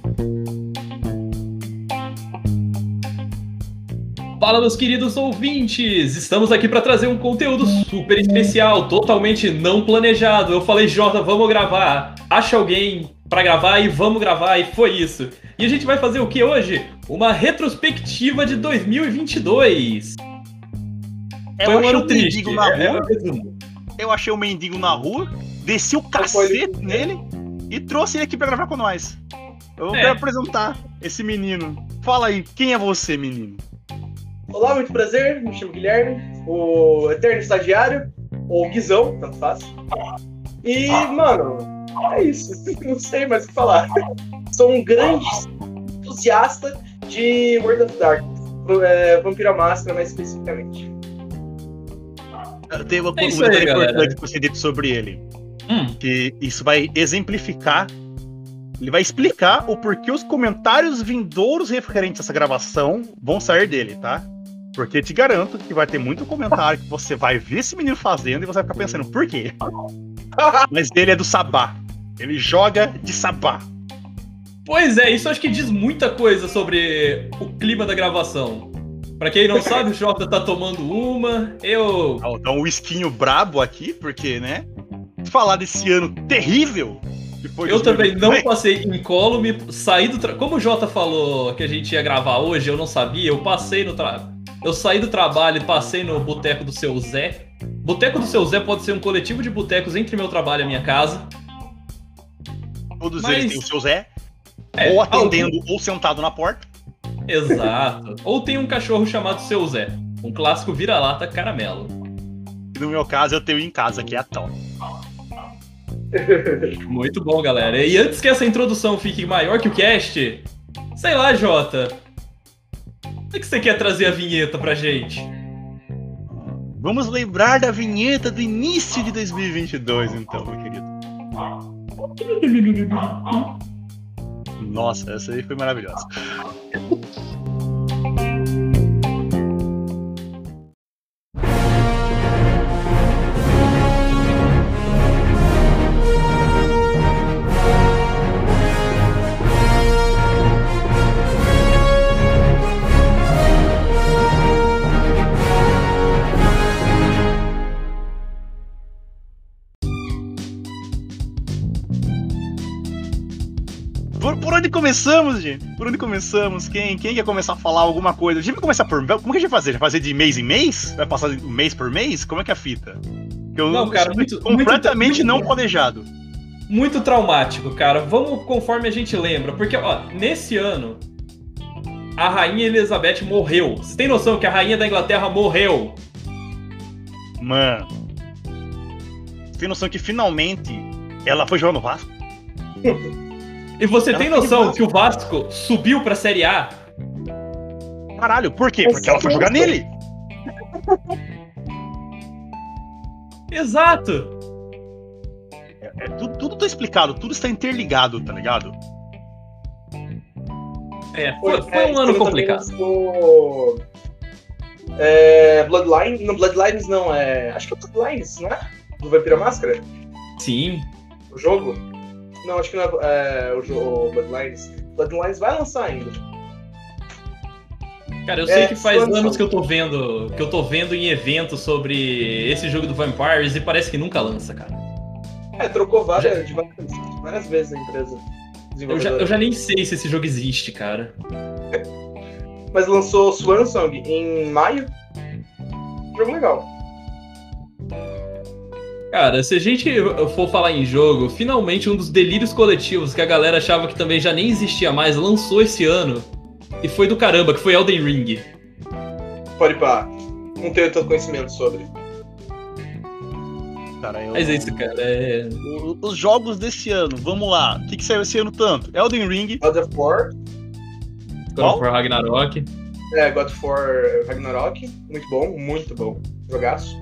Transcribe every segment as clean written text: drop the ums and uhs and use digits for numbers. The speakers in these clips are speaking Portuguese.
Fala, meus queridos ouvintes! Estamos aqui para trazer um conteúdo super especial, totalmente não planejado. Eu falei, Jordan, vamos gravar. Acha alguém para gravar e vamos gravar, e foi isso. E a gente vai fazer o que hoje? Uma retrospectiva de 2022. Foi um ano triste. Eu achei o mendigo na rua, desci o cacete nele e trouxe ele aqui para gravar com nós. Eu quero apresentar esse menino. Fala aí, quem é você, menino? Olá, muito prazer, me chamo Guilherme, o eterno estagiário, ou Guizão, tanto faz. E, mano, é isso, não sei mais o que falar. Sou um grande entusiasta de World of Darkness, Vampiro à Máscara mais especificamente. Tem uma coisa importante que você disse sobre ele, que isso vai exemplificar, ele vai explicar o porquê os comentários vindouros referentes a essa gravação vão sair dele, tá? Porque te garanto que vai ter muito comentário que você vai ver esse menino fazendo e você vai ficar pensando, por quê? Mas ele é do Sabá. Ele joga de Sabá. Pois é, isso acho que diz muita coisa sobre o clima da gravação. Pra quem não sabe, o Jota tá tomando uma, Dá um whiskinho brabo aqui, porque, né? Falar desse ano terrível. Eu também não passei incólume, saí do como o Jota falou que a gente ia gravar hoje, eu não sabia, eu passei no trabalho. Eu saí do trabalho e passei no Boteco do Seu Zé. Boteco do Seu Zé pode ser um coletivo de botecos entre meu trabalho e a minha casa. Todos eles têm o Seu Zé, ou atendendo, ou sentado na porta. Exato. Ou tem um cachorro chamado Seu Zé, um clássico vira-lata caramelo. E no meu caso, eu tenho em casa, que é a Tom. Muito bom, galera. E antes que essa introdução fique maior que o cast, sei lá, Jota, como é que você quer trazer a vinheta pra gente? Vamos lembrar da vinheta do início de 2022, então, meu querido. Nossa, essa aí foi maravilhosa. Por onde começamos, gente? Por onde começamos? Quem quer começar a falar alguma coisa? A gente vai começar por... Como que a gente vai fazer? Vai fazer de mês em mês? Vai passar de mês por mês? Como é que é a fita? Não, cara, completamente não planejado. Muito traumático, cara. Vamos conforme a gente lembra. Porque, ó, nesse ano, a Rainha Elizabeth morreu. Você tem noção que a Rainha da Inglaterra morreu? Mano. Você tem noção que finalmente ela foi jogar no Vasco? E você tem noção que o Vasco subiu pra Série A? Caralho, por quê? Porque ela foi jogar nele! Exato! Tudo tá explicado, tudo está interligado, tá ligado? Foi um ano complicado. Bloodlines não, acho que é Bloodlines, não é? Do Vampiro à Máscara? Sim. O jogo? Não, acho que não é o Bloodlines. Bloodlines vai lançar ainda. Cara, eu sei que faz anos que eu tô vendo em eventos sobre esse jogo do Vampires e parece que nunca lança, cara. Trocou várias vezes a empresa. Eu já nem sei se esse jogo existe, cara. Mas lançou Swansong em maio. Jogo legal. Cara, se a gente for falar em jogo, finalmente um dos delírios coletivos que a galera achava que também já nem existia mais, lançou esse ano. E foi do caramba, que foi Elden Ring. Pode pá. Não tenho tanto conhecimento sobre. Cara, Mas é isso, cara. Os jogos desse ano, vamos lá. O que saiu esse ano tanto? Elden Ring. God of War. God of War Ragnarok. God of War Ragnarok. Muito bom. Jogaço.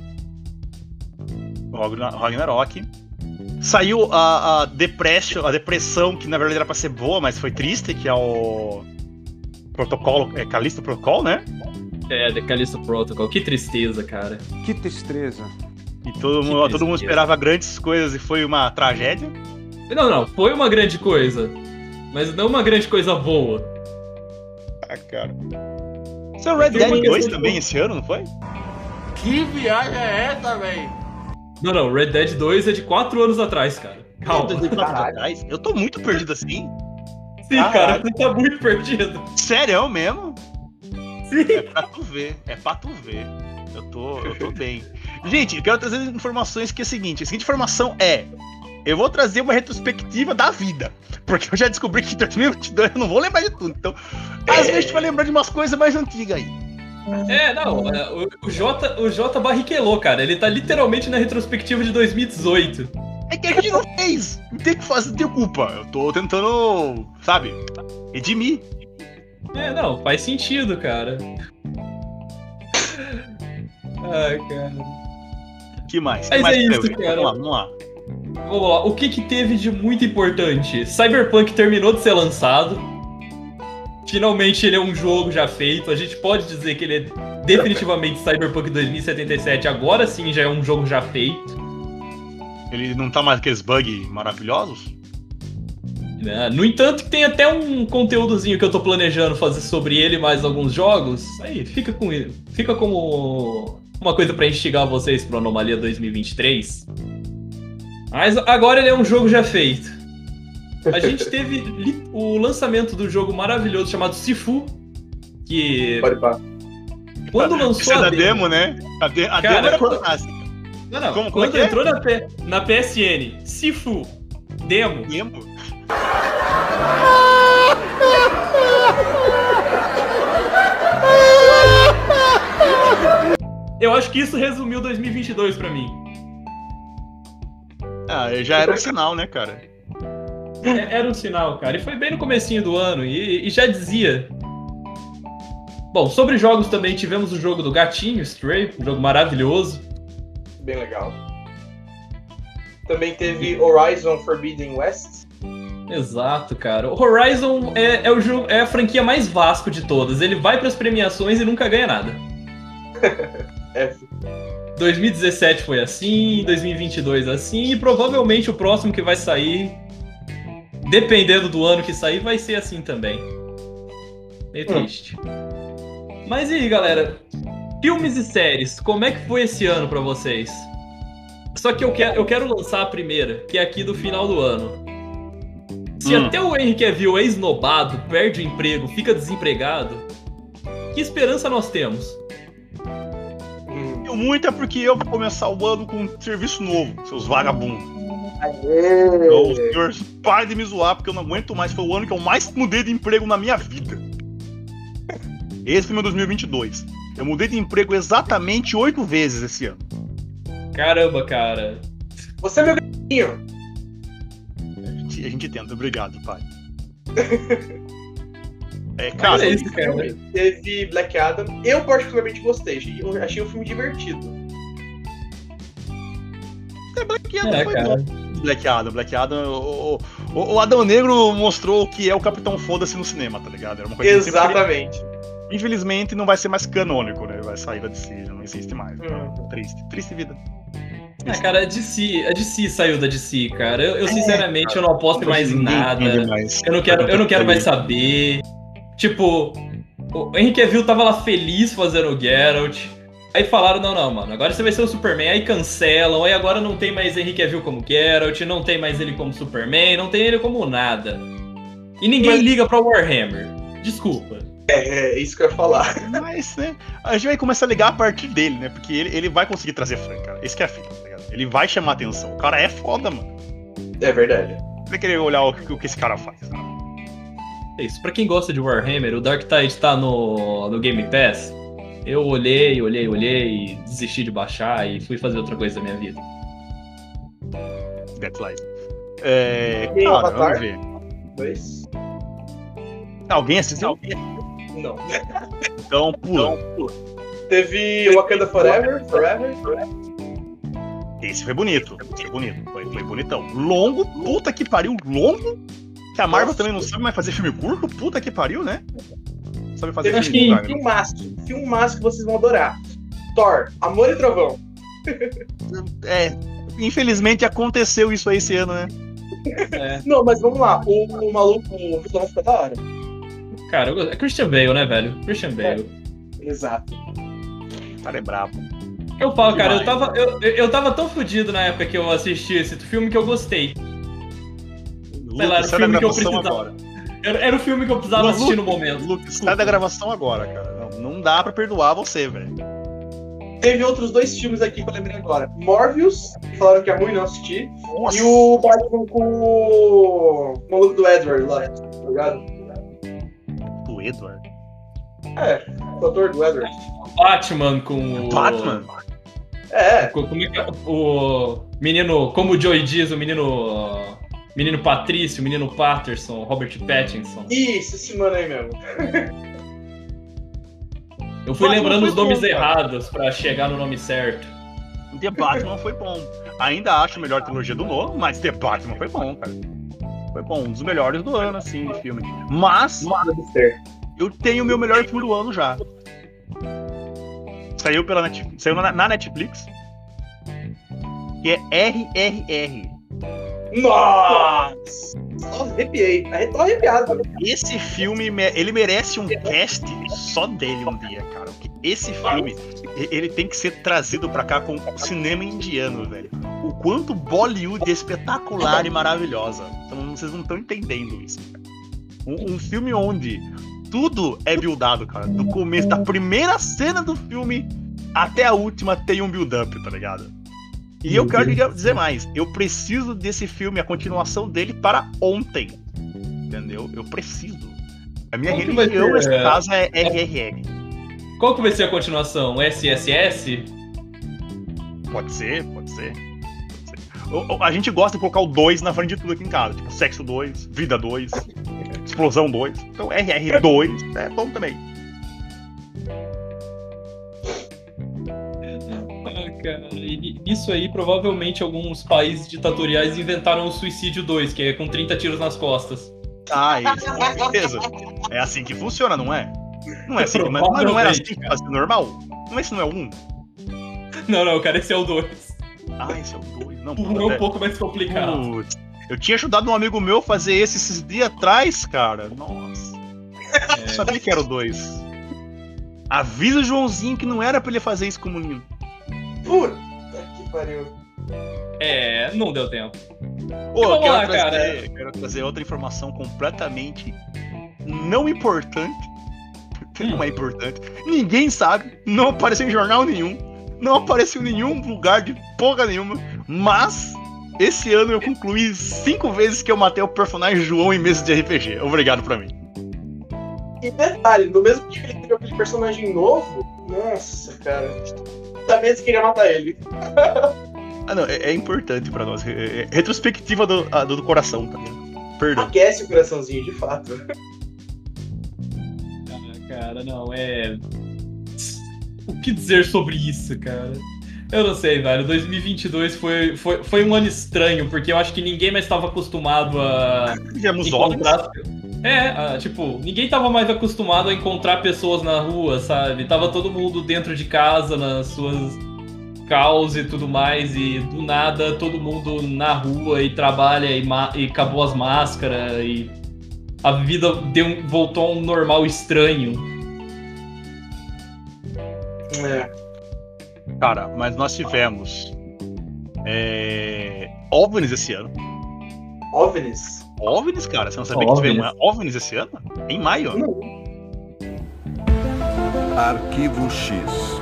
Ragnarok. Saiu a depressão, que na verdade era pra ser boa, mas foi triste, que é o Protocolo, Callisto Protocol, né? The Callisto Protocol. Que tristeza, cara. Que tristeza. E todo mundo esperava grandes coisas e foi uma tragédia. Não, foi uma grande coisa. mas não uma grande coisa boa. Ah, cara. Seu Red Dead 2 também esse ano, não foi? Que viagem é essa, velho? Não, Red Dead 2 é de 4 anos atrás, cara. Calma. Eu tô muito perdido assim. Sim, cara, você tá muito perdido. Sério mesmo? Sim. É pra tu ver. Eu tô bem. Gente, eu quero trazer informações que é a seguinte informação é... Eu vou trazer uma retrospectiva da vida. Porque eu já descobri que em 2022 eu não vou lembrar de tudo. Então, às vezes a gente vai lembrar de umas coisas mais antigas aí. O Jota barriquelou, cara. Ele tá literalmente na retrospectiva de 2018. É que a gente não fez. Não tem o que fazer, não tem culpa. Eu tô tentando, sabe, redimir. Não, faz sentido, cara. Ai, cara. Que mais? Mas é isso, cara. Vamos lá. Vamos lá. O que teve de muito importante? Cyberpunk terminou de ser lançado. Finalmente ele é um jogo já feito. A gente pode dizer que ele é definitivamente Cyberpunk 2077. Agora sim já é um jogo já feito. Ele não tá mais aqueles bugs maravilhosos? No entanto, tem até um conteúdozinho que eu tô planejando fazer sobre ele, mais alguns jogos. Aí, fica como uma coisa pra instigar vocês pro Anomalia 2023. Mas agora ele é um jogo já feito. A gente teve o lançamento do jogo maravilhoso chamado Sifu, que... Pode pá. Quando lançou a demo, né? A demo era fantástica. Não. Quando entrou na PSN, Sifu, demo. Eu acho que isso resumiu 2022 pra mim. Já era um sinal, né, cara? Era um sinal, cara. E foi bem no comecinho do ano. E já dizia... Bom, sobre jogos também tivemos o jogo do Gatinho, Stray. Um jogo maravilhoso. Bem legal. Também teve Horizon Forbidden West. Exato, cara. O Horizon é a franquia mais Vasco de todas. Ele vai pras premiações e nunca ganha nada. 2017 foi assim, 2022 assim, e provavelmente o próximo que vai sair, dependendo do ano que sair, vai ser assim também. Meio triste. Mas e aí, galera? Filmes e séries, como é que foi esse ano pra vocês? Só que eu quero lançar a primeira, que é aqui do final do ano. Se até o Henry Cavill é esnobado, perde o emprego, fica desempregado, que esperança nós temos? Muito é porque eu vou começar o ano com um serviço novo, seus vagabundos. Aê! Então, senhores, parem de me zoar, porque eu não aguento mais. Foi o ano que eu mais mudei de emprego na minha vida. Esse foi meu 2022. Eu mudei de emprego exatamente 8 vezes esse ano. Caramba, cara. Você é meu gatinho. A gente tenta, obrigado, pai. Cara, é isso, cara. Teve Black Adam. Eu particularmente gostei. Eu achei o filme divertido. Black Adam foi bom. Black Adam. O Adão Negro mostrou o que é o Capitão Foda-se no cinema, tá ligado? Era uma coisa Exatamente. Infelizmente não vai ser mais canônico, né? Vai sair da DC, não existe mais. Triste vida. Cara, a DC saiu da DC, cara. Eu sinceramente eu não aposto mais em nada. Eu não quero mais saber. Tipo, o Henry Cavill tava lá feliz fazendo o Geralt. Aí falaram, não, mano, agora você vai ser o Superman. Aí cancelam, aí agora não tem mais Henry Cavill como Geralt, não tem mais ele como Superman, não tem ele como nada. E ninguém liga pra Warhammer. Desculpa. É isso que eu ia falar. Mas, né, a gente vai começar a ligar a partir dele, né? Porque ele vai conseguir trazer fã, cara. Esse que é a fita, tá ligado? Ele vai chamar atenção. O cara é foda, mano. É verdade. Você vai querer olhar o que esse cara faz, sabe? É isso. Pra quem gosta de Warhammer, o Darktide tá no Game Pass. Eu olhei, desisti de baixar e fui fazer outra coisa da minha vida. That's life. Cara, vamos ver. 2. Alguém assistiu? Não. Então, pula. Teve Wakanda Forever. Esse foi bonito. Foi bonitão. Longo, puta que pariu, longo. Que a Marvel também não sabe mais fazer filme curto, puta que pariu, né? Sabe fazer filme curto. Filmaço que vocês vão adorar. Thor, Amor e Trovão. Infelizmente aconteceu isso aí esse ano, né? É. Não, mas vamos lá. O maluco, o vilão fica da hora. Cara, é Christian Bale, né, velho? Christian Bale. Exato. O cara é brabo. Eu falo, cara, Demais. eu tava tão fudido na época que eu assisti esse filme que eu gostei. Sei lá, era o Sai da filme que eu gravação precisava. agora. Era o filme que eu precisava assistir no momento. Lucas, sai da gravação agora, cara. Não dá pra perdoar você, velho. Teve outros 2 filmes aqui que eu lembrei agora. Morbius, que falaram que é ruim, não assisti. Nossa. E o Batman com o maluco do Edward lá, tá ligado? Do Edward. É, o ator do Edward. Batman com o... Batman? É, Como é que é? O menino... Como o Joey diz, o menino... Menino Patrício, menino Patterson, Robert Pattinson. isso, esse mano aí mesmo. Eu fui Batman lembrando foi os nomes bom, cara. errados pra chegar no nome certo. The Batman foi bom. Ainda acho a melhor trilogia do Nolan, mas The Batman foi bom, cara. Foi bom, um dos melhores do ano, assim, de filme. Mas Deve ser. eu tenho o meu melhor filme do ano já. Saiu na Netflix. Que é RRR. Nossa! Só arrepiei. Tô arrepiado. Esse filme, ele merece um cast só dele um dia, cara. Porque esse filme, ele tem que ser trazido pra cá com o cinema indiano, velho. O quanto Bollywood é espetacular e maravilhosa. Então, vocês não estão entendendo isso, cara. Um filme onde tudo é buildado, cara. Do começo, da primeira cena do filme até a última tem um build-up, tá ligado? E eu quero dizer mais, eu preciso desse filme, a continuação dele, para ontem. Entendeu? Eu preciso. A minha Qual que vai religião, ser? nesse caso, é RRR. Qual que vai ser a continuação? SSS? Pode ser. A gente gosta de colocar o 2 na frente de tudo aqui em casa. Tipo, Sexo 2, Vida 2, Explosão 2. Então, RR2 é bom também. Cara, e nisso aí, provavelmente alguns países ditatoriais inventaram o Suicídio 2, que é com 30 tiros nas costas. Ah, isso, com certeza. É assim que funciona, não é? Não é assim, mas não era assim que fazia normal? Esse não é o 1? Não, cara, esse é o 2. Ah, esse é o 2. Não, O 1 é um pouco mais complicado. Putz, eu tinha ajudado um amigo meu a fazer esses dias atrás, cara. Nossa. Eu sabia que era o 2. Avisa o Joãozinho que não era pra ele fazer isso com o menino. Puta que pariu. Não deu tempo. Pô, Vamos lá, quero trazer outra informação completamente não importante. Não é importante. Ninguém sabe. Não apareceu em jornal nenhum. Não apareceu em nenhum lugar de porra nenhuma. Mas esse ano eu concluí 5 vezes que eu matei o personagem João em mesas de RPG. Obrigado pra mim. E detalhe, no mesmo dia que ele criou aquele personagem novo, nossa, cara. Também você queria matar ele. Ah, não, é importante pra nós. É retrospectiva do coração, tá ligado? Perdão. Aquece o coraçãozinho, de fato. Cara, não, O que dizer sobre isso, cara? Eu não sei, velho. 2022 foi um ano estranho, porque eu acho que ninguém mais estava acostumado a Tivemos encontrar... ninguém tava mais acostumado a encontrar pessoas na rua, sabe? Tava todo mundo dentro de casa, nas suas caos e tudo mais, e do nada todo mundo na rua e trabalha e acabou as máscaras e a vida voltou a um normal estranho. Cara, mas nós tivemos OVNIs esse ano. OVNIs? OVNIs, cara? Você não sabia que tivemos OVNIs esse ano? Em maio. Não. Arquivo X.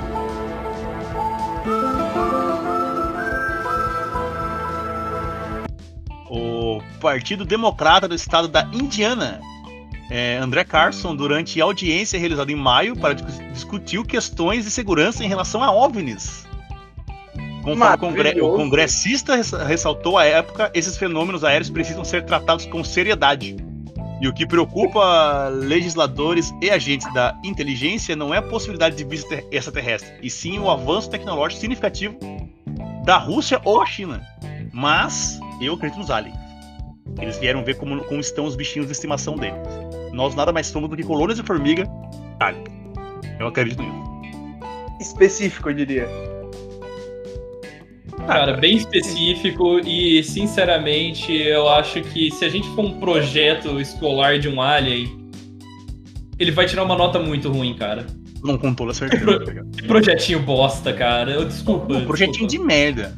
O Partido Democrata do Estado da Indiana, André Carson, durante audiência realizada em maio para discutir questões de segurança em relação a OVNIs. Conforme o congressista ressaltou à época, esses fenômenos aéreos precisam ser tratados com seriedade. E o que preocupa legisladores e agentes da inteligência não é a possibilidade de visita extraterrestre, e sim o avanço tecnológico significativo da Rússia ou a China. Mas eu acredito nos aliens. Eles vieram ver como estão os bichinhos de estimação deles. Nós nada mais somos do que colônias de formiga. Alien. Eu acredito nisso. Específico, eu diria. Cara, bem específico e, sinceramente, eu acho que se a gente for um projeto escolar de um Alien, ele vai tirar uma nota muito ruim, cara. Não com toda certeza. Que projetinho bosta, cara. Desculpa. Projetinho de merda.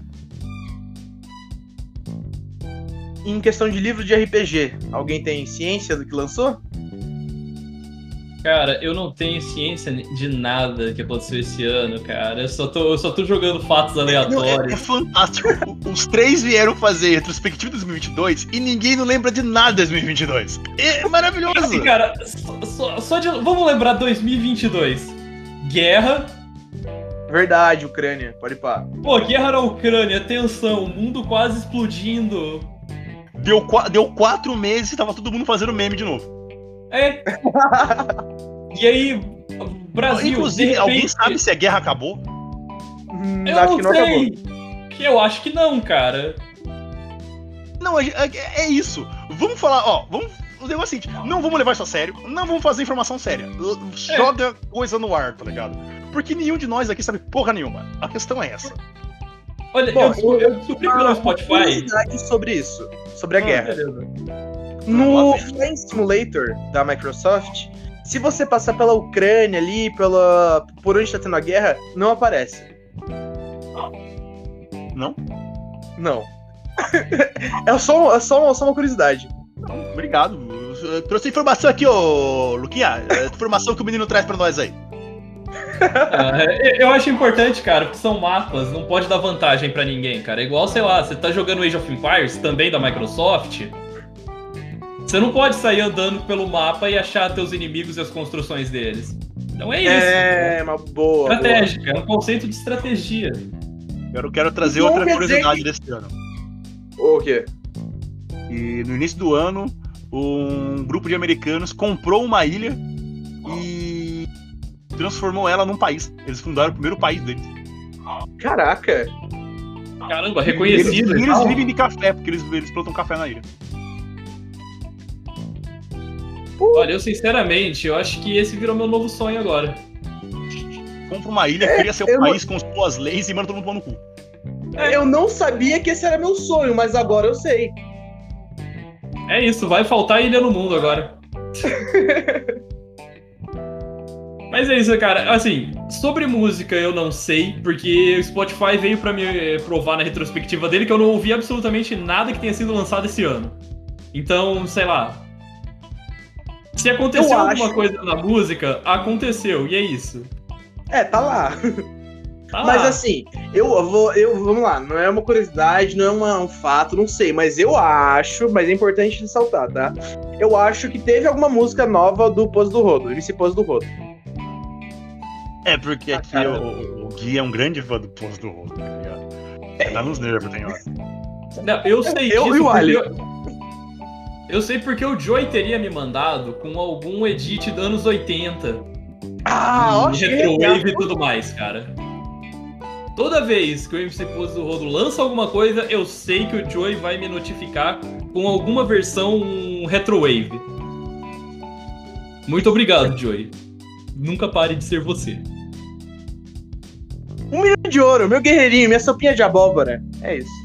Em questão de livro de RPG, alguém tem ciência do que lançou? Cara, eu não tenho ciência de nada que aconteceu esse ano, cara. Eu só tô jogando fatos aleatórios. É fantástico. Os 3 vieram fazer retrospectiva de 2022 e ninguém não lembra de nada de 2022. É maravilhoso. Assim, cara, vamos lembrar 2022. Guerra. Verdade, Ucrânia, pode pá. Pô, guerra na Ucrânia, tensão, mundo quase explodindo. Deu 4 meses e tava todo mundo fazendo meme de novo. É. E aí, Brasil... Inclusive, alguém sabe se a guerra acabou? Eu acho que não sei. acabou. Eu acho que não, cara. Não, é isso. Vamos falar, ó, o negócio é o seguinte, não vamos levar isso a sério, não vamos fazer informação séria. Joga coisa no ar, tá ligado? Porque nenhum de nós aqui sabe porra nenhuma. A questão é essa. Olha, Bom, eu descobri pelo Spotify... curiosidade sobre isso, sobre a guerra. Beleza. No Flying Simulator da Microsoft, se você passar pela Ucrânia ali, por onde tá tendo a guerra, não aparece. Não? Não. É só uma curiosidade. Obrigado. Eu trouxe informação aqui, ô Luquinha. Informação que o menino traz pra nós aí. Eu acho importante, cara, porque são mapas, não pode dar vantagem pra ninguém, cara. É igual, sei lá, você tá jogando Age of Empires, também da Microsoft. Você não pode sair andando pelo mapa e achar teus inimigos e as construções deles. Então é isso. É, uma boa. Estratégica, é um conceito de estratégia. Eu quero trazer Então, outra quer curiosidade dizer desse ano. O quê? E no início do ano, um grupo de americanos comprou uma ilha e transformou ela num país. Eles fundaram o primeiro país deles. Caraca. Caramba, reconhecido. Eles vivem de café, porque eles plantam café na ilha. Olha, eu sinceramente, eu acho que esse virou meu novo sonho agora. Compra uma ilha, cria seu país com suas leis e manda todo mundo tomar no cu. Eu não sabia que esse era meu sonho, mas agora eu sei. É isso, vai faltar ilha no mundo agora. Mas é isso, cara. Assim, sobre música eu não sei, porque o Spotify veio pra me provar na retrospectiva dele que eu não ouvi absolutamente nada que tenha sido lançado esse ano. Então, sei lá. Se aconteceu alguma coisa na música, aconteceu, e é isso. Tá lá. Tá Mas lá. assim, vamos lá, não é uma curiosidade, não é um fato, não sei, mas eu acho, mas é importante ressaltar, tá? Eu acho que teve alguma música nova do Pose do Rodo, MC Pose do Rodo. É, porque aqui o Gui é um grande fã do Pose do Rodo, tá ligado? Tá nos nervos, tem hora. Não, eu sei Eu disso e o porque Ali. eu sei porque o Joey teria me mandado com algum edit dos anos 80. Ó, Retrowave e tudo mais, cara. Toda vez que o MC Pose do Rodo lança alguma coisa, eu sei que o Joey vai me notificar com alguma versão Retrowave. Muito obrigado, Joey. Nunca pare de ser você. 1 milhão de ouro, meu guerreirinho, minha sopinha de abóbora. É isso.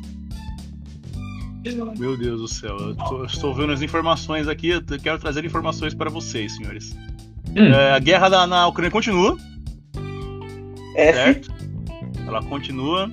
Meu Deus do céu, eu estou vendo as informações aqui, eu quero trazer informações para vocês, senhores. A guerra na Ucrânia continua. Certo? Ela continua.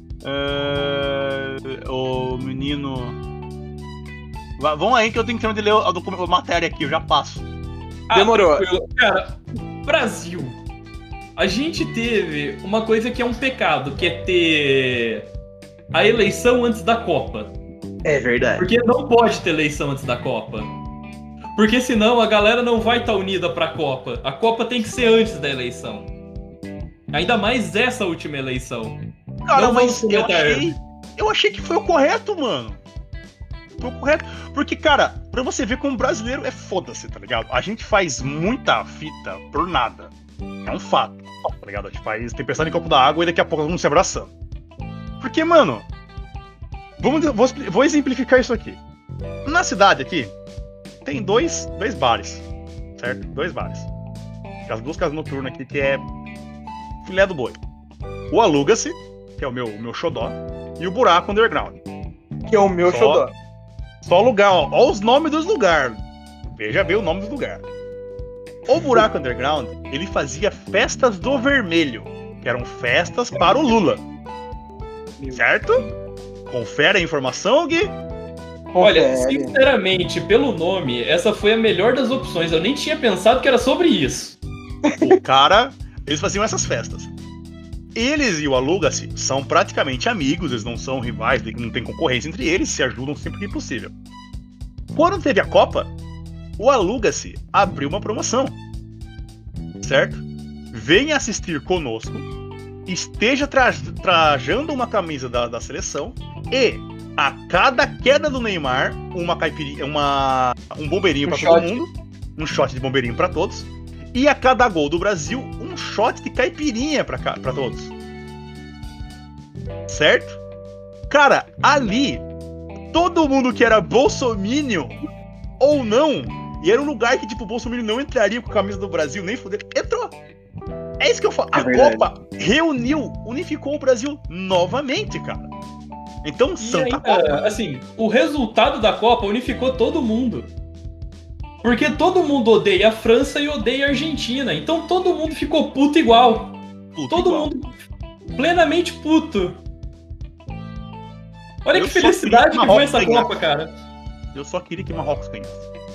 O menino... Vamos aí que eu tenho que terminar de ler a matéria aqui, eu já passo. Demorou. Cara, Brasil. A gente teve uma coisa que é um pecado, que é ter a eleição antes da Copa. É verdade. Porque não pode ter eleição antes da Copa. Porque senão a galera não vai estar unida pra Copa. A Copa tem que ser antes da eleição. Ainda mais essa última eleição. Cara, não mas eu achei que foi o correto, mano. Foi o correto. Porque, cara, pra você ver como brasileiro é foda-se, tá ligado? A gente faz muita fita por nada. É um fato, tá ligado? A gente faz tempestade em copo da água e daqui a pouco vamos se abraçando. Porque, mano... Vou exemplificar isso aqui. Na cidade aqui, tem dois bares, certo? 2 bares. As 2 casas noturnas aqui, que é filé do boi. O Aluga-se, que é o meu xodó, e o Buraco Underground. Que é o meu xodó. Só lugar, ó os nomes dos lugares. Veja bem o nome do lugar. O Buraco Underground, ele fazia festas do vermelho, que eram festas para o Lula. Certo? Confere a informação, Gui? Olha, sinceramente, pelo nome, essa foi a melhor das opções. Eu nem tinha pensado que era sobre isso. O cara, eles faziam essas festas. Eles e o Aluga-se são praticamente amigos, eles não são rivais, não tem concorrência entre eles, se ajudam sempre que possível. Quando teve a Copa, o Aluga-se abriu uma promoção. Certo? Venha assistir conosco, esteja trajando uma camisa da seleção e a cada queda do Neymar, uma caipirinha, um bombeirinho pra todo mundo, um shot de bombeirinho pra todos, e a cada gol do Brasil, um shot de caipirinha pra todos. Certo? Cara, ali, todo mundo que era bolsominion ou não, e era um lugar que tipo, o bolsominion não entraria com a camisa do Brasil, nem foder, entrou. É isso que eu falo. A Copa unificou o Brasil novamente, cara. Então, Santa Copa. Assim, o resultado da Copa unificou todo mundo. Porque todo mundo odeia a França e odeia a Argentina. Então todo mundo ficou puto igual. Todo mundo plenamente puto. Olha que felicidade que foi essa Copa, cara. Eu só queria que Marrocos ganhasse.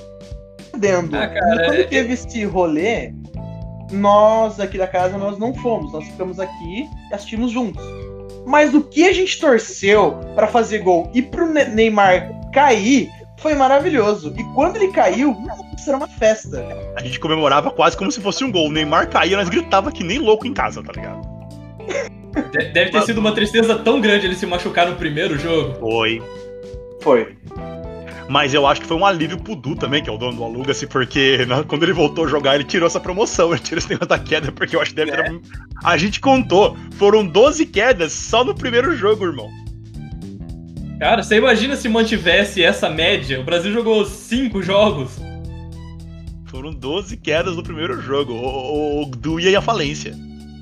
Quando teve esse rolê, nós aqui da casa nós não fomos. Nós ficamos aqui e assistimos juntos. Mas o que a gente torceu pra fazer gol e pro Neymar cair foi maravilhoso. E quando ele caiu, nossa, era uma festa. A gente comemorava quase como se fosse um gol. O Neymar caía, nós gritava que nem louco em casa, tá ligado? Deve ter sido uma tristeza tão grande ele se machucar no primeiro jogo. Foi. Mas eu acho que foi um alívio pro Du também, que é o dono do Aluga-se, porque quando ele voltou a jogar, ele tirou essa promoção, ele tirou esse negócio da queda, porque eu acho que deve ter... A gente contou, foram 12 quedas só no primeiro jogo, irmão. Cara, você imagina se mantivesse essa média? O Brasil jogou 5 jogos. Foram 12 quedas no primeiro jogo. O Du ia à falência.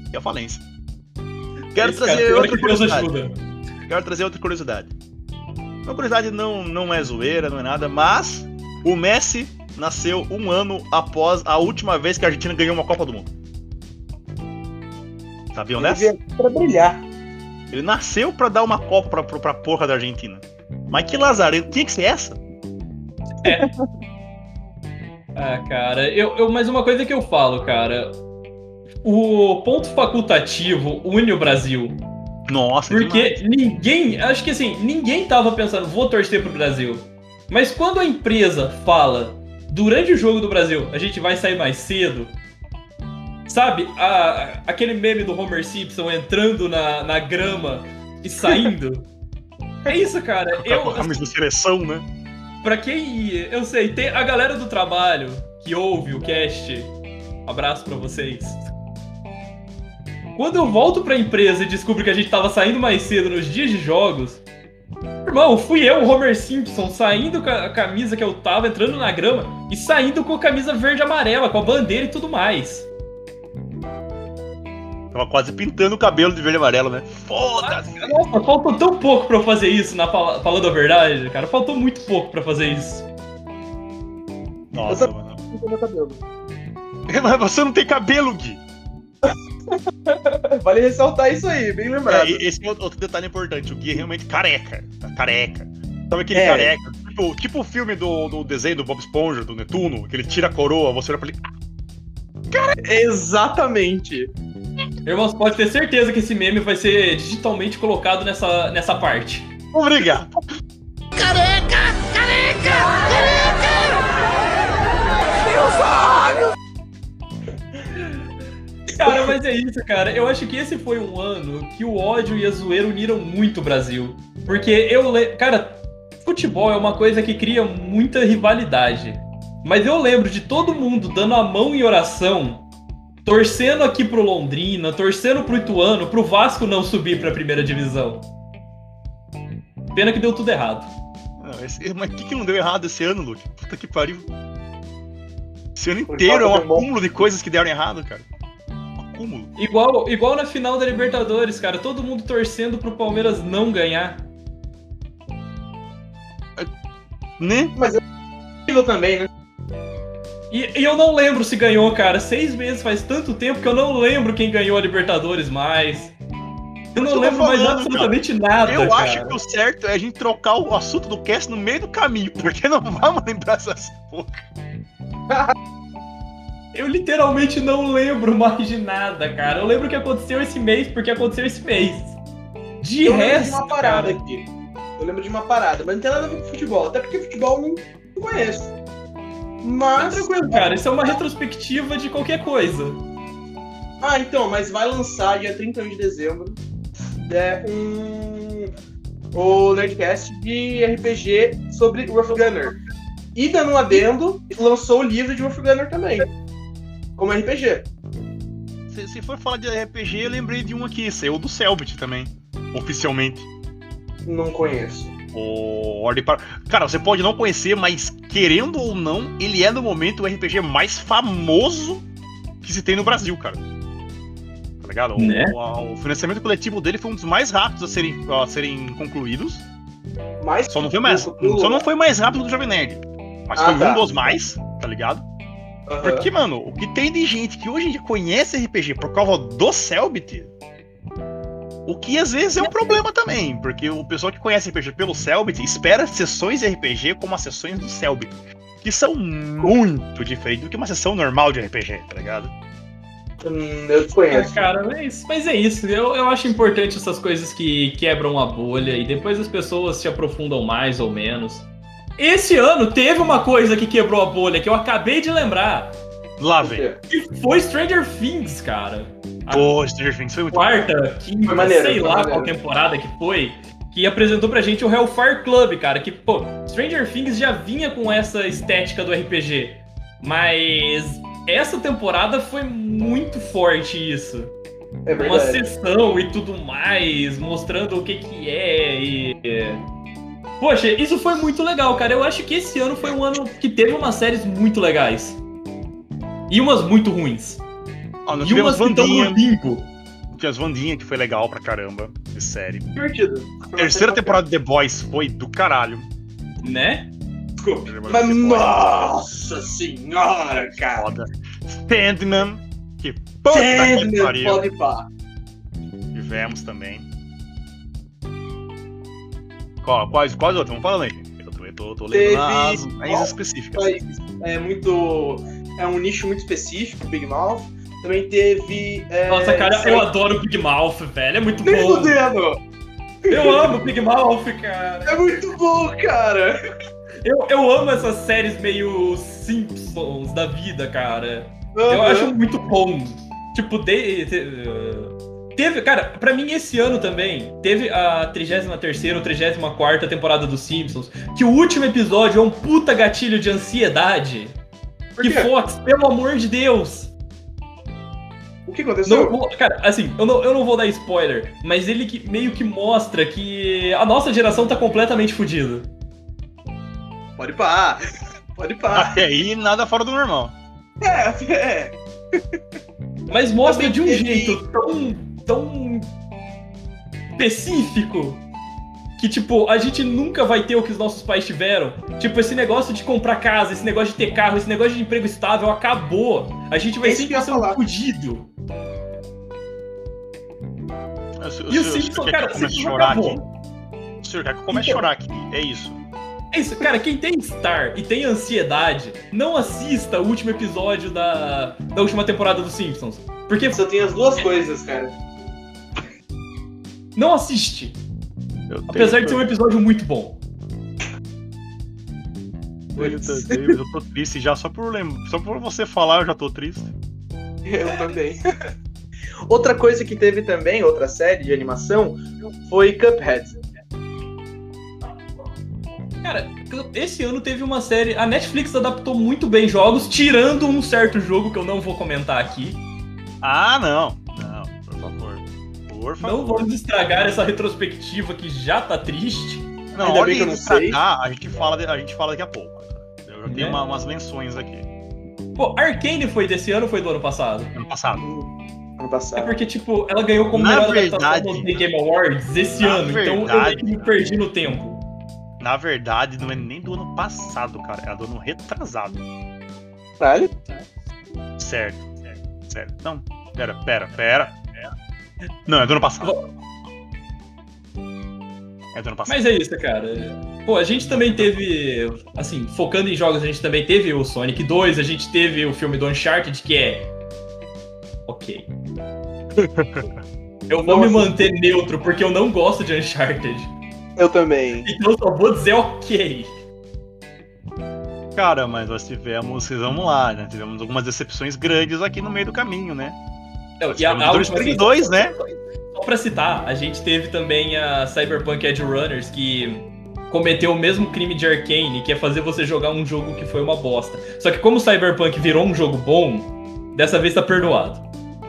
Quero trazer outra curiosidade. Uma curiosidade não é zoeira, não é nada, mas o Messi nasceu um ano após a última vez que a Argentina ganhou uma Copa do Mundo. Sabiam dessa? Pra brilhar. Ele nasceu pra dar uma Copa pra porra da Argentina. Mas que lazarento, tinha que ser essa? Cara, mas uma coisa que eu falo, cara, o ponto facultativo une o Brasil. Nossa, porque ninguém tava pensando, vou torcer pro Brasil. Mas quando a empresa fala, durante o jogo do Brasil, a gente vai sair mais cedo, sabe? Aquele meme do Homer Simpson entrando na grama e saindo. É isso, cara. Com a camisa de seleção, né? Pra quem... Eu sei, tem a galera do trabalho que ouve o cast. Abraço pra vocês. Quando eu volto pra empresa e descubro que a gente tava saindo mais cedo nos dias de jogos, irmão, fui eu, o Homer Simpson, saindo com a camisa que eu tava, entrando na grama, e saindo com a camisa verde e amarela, com a bandeira e tudo mais. Tava quase pintando o cabelo de verde e amarelo, né? Foda-se! Nossa, faltou tão pouco pra eu fazer isso, falando a verdade, cara. Faltou muito pouco pra fazer isso. Nossa, mano. Mas você não tem cabelo, Gui! Vale ressaltar isso aí, bem lembrado. Esse é outro detalhe importante. O Gui é realmente careca. Tá careca. Sabe aquele careca? Tipo o filme do desenho do Bob Esponja, do Netuno, que ele tira a coroa, você olha pra ele. Exatamente. Irmãos, pode ter certeza que esse meme vai ser digitalmente colocado nessa parte. Obrigado. Careca! Meus olhos! Cara, mas é isso, cara. Eu acho que esse foi um ano que o ódio e a zoeira uniram muito o Brasil. Porque cara, futebol é uma coisa que cria muita rivalidade. Mas eu lembro de todo mundo dando a mão em oração, torcendo aqui pro Londrina, torcendo pro Ituano, pro Vasco não subir pra primeira divisão. Pena que deu tudo errado. Mas o que não deu errado esse ano, Luke? Puta que pariu. Esse ano inteiro é um acúmulo de coisas que deram errado, cara. cúmulo. Igual na final da Libertadores, cara. Todo mundo torcendo pro Palmeiras não ganhar. Né? Mas é possível também, né? E eu não lembro se ganhou, cara. 6 meses faz tanto tempo que eu não lembro quem ganhou a Libertadores mais. Eu não lembro mais absolutamente nada, Eu cara. acho que o certo é a gente trocar o assunto do cast no meio do caminho, porque não vamos lembrar essas porra. Eu literalmente não lembro mais de nada, cara. Eu lembro que aconteceu esse mês porque aconteceu esse mês. Eu lembro de uma parada aqui. Eu lembro de uma parada, mas não tem nada a ver com futebol. Até porque futebol não conheço. Mas tranquilo, cara. Isso é uma retrospectiva de qualquer coisa. Ah, então, mas vai lançar dia 31 de dezembro o Nerdcast de RPG sobre Wolfgunner. E dando um adendo, lançou o livro de Wolfgunner também. Como RPG. Se for falar de RPG, eu lembrei de um aqui, saiu do Selbit também, oficialmente. Não conheço. O Ordem para... Cara, você pode não conhecer, mas querendo ou não, ele é no momento o RPG mais famoso que se tem no Brasil, cara. Tá ligado? Né? O financiamento coletivo dele foi um dos mais rápidos a serem concluídos. Só não foi mais rápido do Jovem Nerd. Mas foi um dos mais, tá ligado? Uhum. Porque, mano, o que tem de gente que hoje em dia conhece RPG por causa do Selbit, o que às vezes é um problema também, porque o pessoal que conhece RPG pelo Selbit espera sessões de RPG como as sessões do Selbit, que são muito diferentes do que uma sessão normal de RPG, tá ligado? Eu desconheço. Cara, mas é isso. Eu acho importante essas coisas que quebram a bolha e depois as pessoas se aprofundam mais ou menos. Esse ano teve uma coisa que quebrou a bolha, que eu acabei de lembrar. Lá vem. Que foi Stranger Things, cara. Pô, Stranger Things foi muito quarta, quinta, sei lá qual temporada que foi, que apresentou pra gente o Hellfire Club, cara. Que, pô, Stranger Things já vinha com essa estética do RPG. Mas essa temporada foi muito forte isso. É verdade. Uma sessão e tudo mais, mostrando o que é e... Poxa, isso foi muito legal, cara. Eu acho que esse ano foi um ano que teve umas séries muito legais. E umas muito ruins. E umas que estão no limbo. Tinha as Wandinha, que foi legal pra caramba, de série. Divertido. Terceira temporada de The Boys foi do caralho. Né? Desculpa. Mas nossa senhora, cara. Foda. Sandman. Que puta que pariu. Pode pá. Tivemos também. Quais outros? Vamos falando aí. Eu tô lendo as específicas. É um nicho muito específico, Big Mouth. Também teve... Nossa, cara, eu adoro o Big Mouth, velho. É muito Nem bom. fudendo. Eu amo o Big Mouth, cara. É muito bom, cara. Eu amo essas séries meio Simpsons da vida, cara. Eu acho muito bom. Tipo, teve, cara, pra mim esse ano também, teve a 33ª ou 34ª temporada dos Simpsons, que o último episódio é um puta gatilho de ansiedade. Que Fox, pelo amor de Deus! O que aconteceu? Cara, assim, eu não vou dar spoiler, mas ele meio que mostra que a nossa geração tá completamente fodida. Pode pá. Até aí, nada fora do normal. É. Mas mostra de um jeito tão específico que, tipo, a gente nunca vai ter o que os nossos pais tiveram. Tipo, esse negócio de comprar casa, esse negócio de ter carro, esse negócio de emprego estável acabou. A gente vai sempre ser um fudido. E o Simpsons, cara, o Simpsons acabou. O senhor quer que eu comece a chorar aqui, é isso. É isso, cara, quem tem Star e tem ansiedade, não assista o último episódio da última temporada dos Simpsons. Porque só tem as duas coisas, cara. Não assiste. Apesar de ser um episódio muito bom. Eu tô triste já, só por você falar eu já tô triste. Eu também. Outra coisa que teve também, outra série de animação, foi Cuphead. Cara, esse ano teve uma série... A Netflix adaptou muito bem jogos, tirando um certo jogo que eu não vou comentar aqui. Ah, não. Não, por favor. Por favor. Não vamos estragar essa retrospectiva que já tá triste. Não, ainda bem que eu não sei. A gente fala daqui a pouco. Eu já tenho umas menções aqui. Pô, Arcane foi desse ano ou foi do ano passado? Ano passado. Ano passado. É porque, tipo, ela ganhou como melhor adaptação no The Game Awards esse ano, então eu meio que me perdi no tempo. Na verdade, não é nem do ano passado, cara, é do ano retrasado. Caralho? Certo. Não, pera. Não, é do ano passado. É do ano passado. Mas é isso, cara. Pô, a gente também teve, assim, focando em jogos, a gente também teve o Sonic 2, a gente teve o filme do Uncharted, que é... Ok. Eu vou me manter neutro, porque eu não gosto de Uncharted. Eu também. Então eu só vou dizer ok. Cara, mas nós tivemos, vamos lá, né? Tivemos algumas decepções grandes aqui no meio do caminho, né? E a última, String 2, né? Só pra citar, a gente teve também a Cyberpunk Edge Runners, que cometeu o mesmo crime de Arcane, que é fazer você jogar um jogo que foi uma bosta. Só que como o Cyberpunk virou um jogo bom, dessa vez tá perdoado.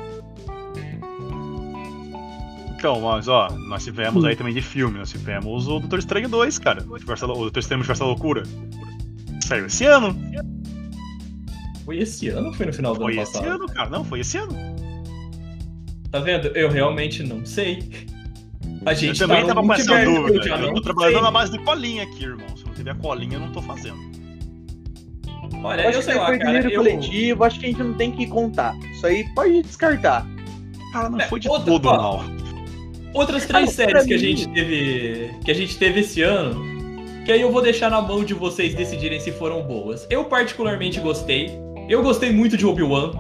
Então, mas ó, nós tivemos aí também de filme, nós tivemos o Doutor Estranho 2, cara. O Doutor Estranho Multiverso da Loucura. Saiu esse ano. Foi esse ano ou foi no final do ano passado? Foi esse ano, cara. Não, foi esse ano. Tá vendo? Eu realmente não sei. A gente eu também tava com essa dúvida. Eu tô trabalhando na base de colinha aqui, irmão. Se não tiver colinha, eu não tô fazendo. Olha, eu sei lá, foi dinheiro coletivo, acho que a gente não tem que contar. Isso aí pode descartar. Cara, não foi de todo mal. Outras 3 séries que a gente teve esse ano, que aí eu vou deixar na mão de vocês decidirem se foram boas. Eu particularmente gostei. Eu gostei muito de Obi-Wan.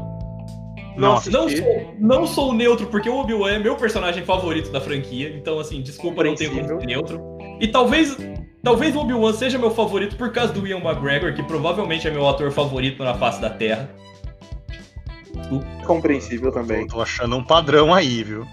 Não sou neutro, porque o Obi-Wan é meu personagem favorito da franquia. Então, assim, desculpa, não tenho como ser neutro. E talvez o Obi-Wan seja meu favorito por causa do Ian McGregor, que provavelmente é meu ator favorito na face da Terra. Compreensível também. Tô achando um padrão aí, viu?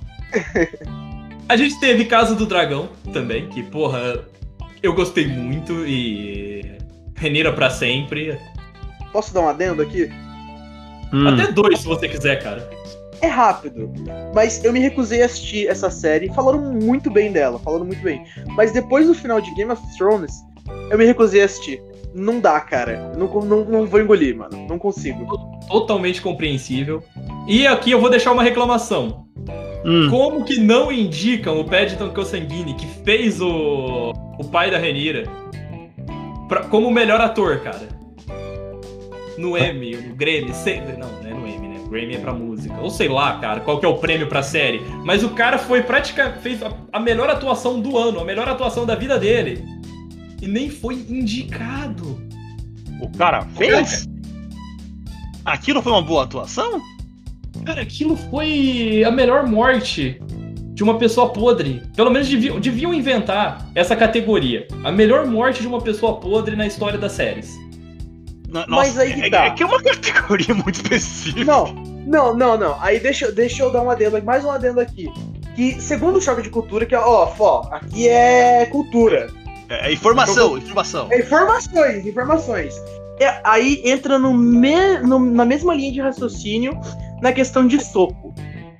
A gente teve Casa do Dragão também, que, porra, eu gostei muito e... Rhaenyra pra sempre. Posso dar um adendo aqui? Até 2, se você quiser, cara. É rápido, mas eu me recusei a assistir essa série. Falaram muito bem dela, Mas depois do final de Game of Thrones, eu me recusei a assistir. Não dá, cara. Não vou engolir, mano. Não consigo. Totalmente compreensível. E aqui eu vou deixar uma reclamação. Como que não indicam o Paddington Consanguine, que fez o pai da Rhaenyra, como o melhor ator, cara? No Emmy, no Grammy, não é no Emmy, né? O Grammy é pra música. Ou sei lá, cara, qual que é o prêmio pra série. Mas o cara fez a melhor atuação do ano, a melhor atuação da vida dele. E nem foi indicado. O cara fez? Aquilo foi uma boa atuação? Cara, aquilo foi a melhor morte de uma pessoa podre. Pelo menos deviam inventar essa categoria. A melhor morte de uma pessoa podre na história das séries. Nossa, mas aí que tá. É que é uma categoria muito específica. Não. Aí deixa eu dar mais um adendo aqui. Que segundo o Choque de Cultura, que aqui é cultura. É informação. É informações. Aí entra na mesma linha de raciocínio na questão de soco.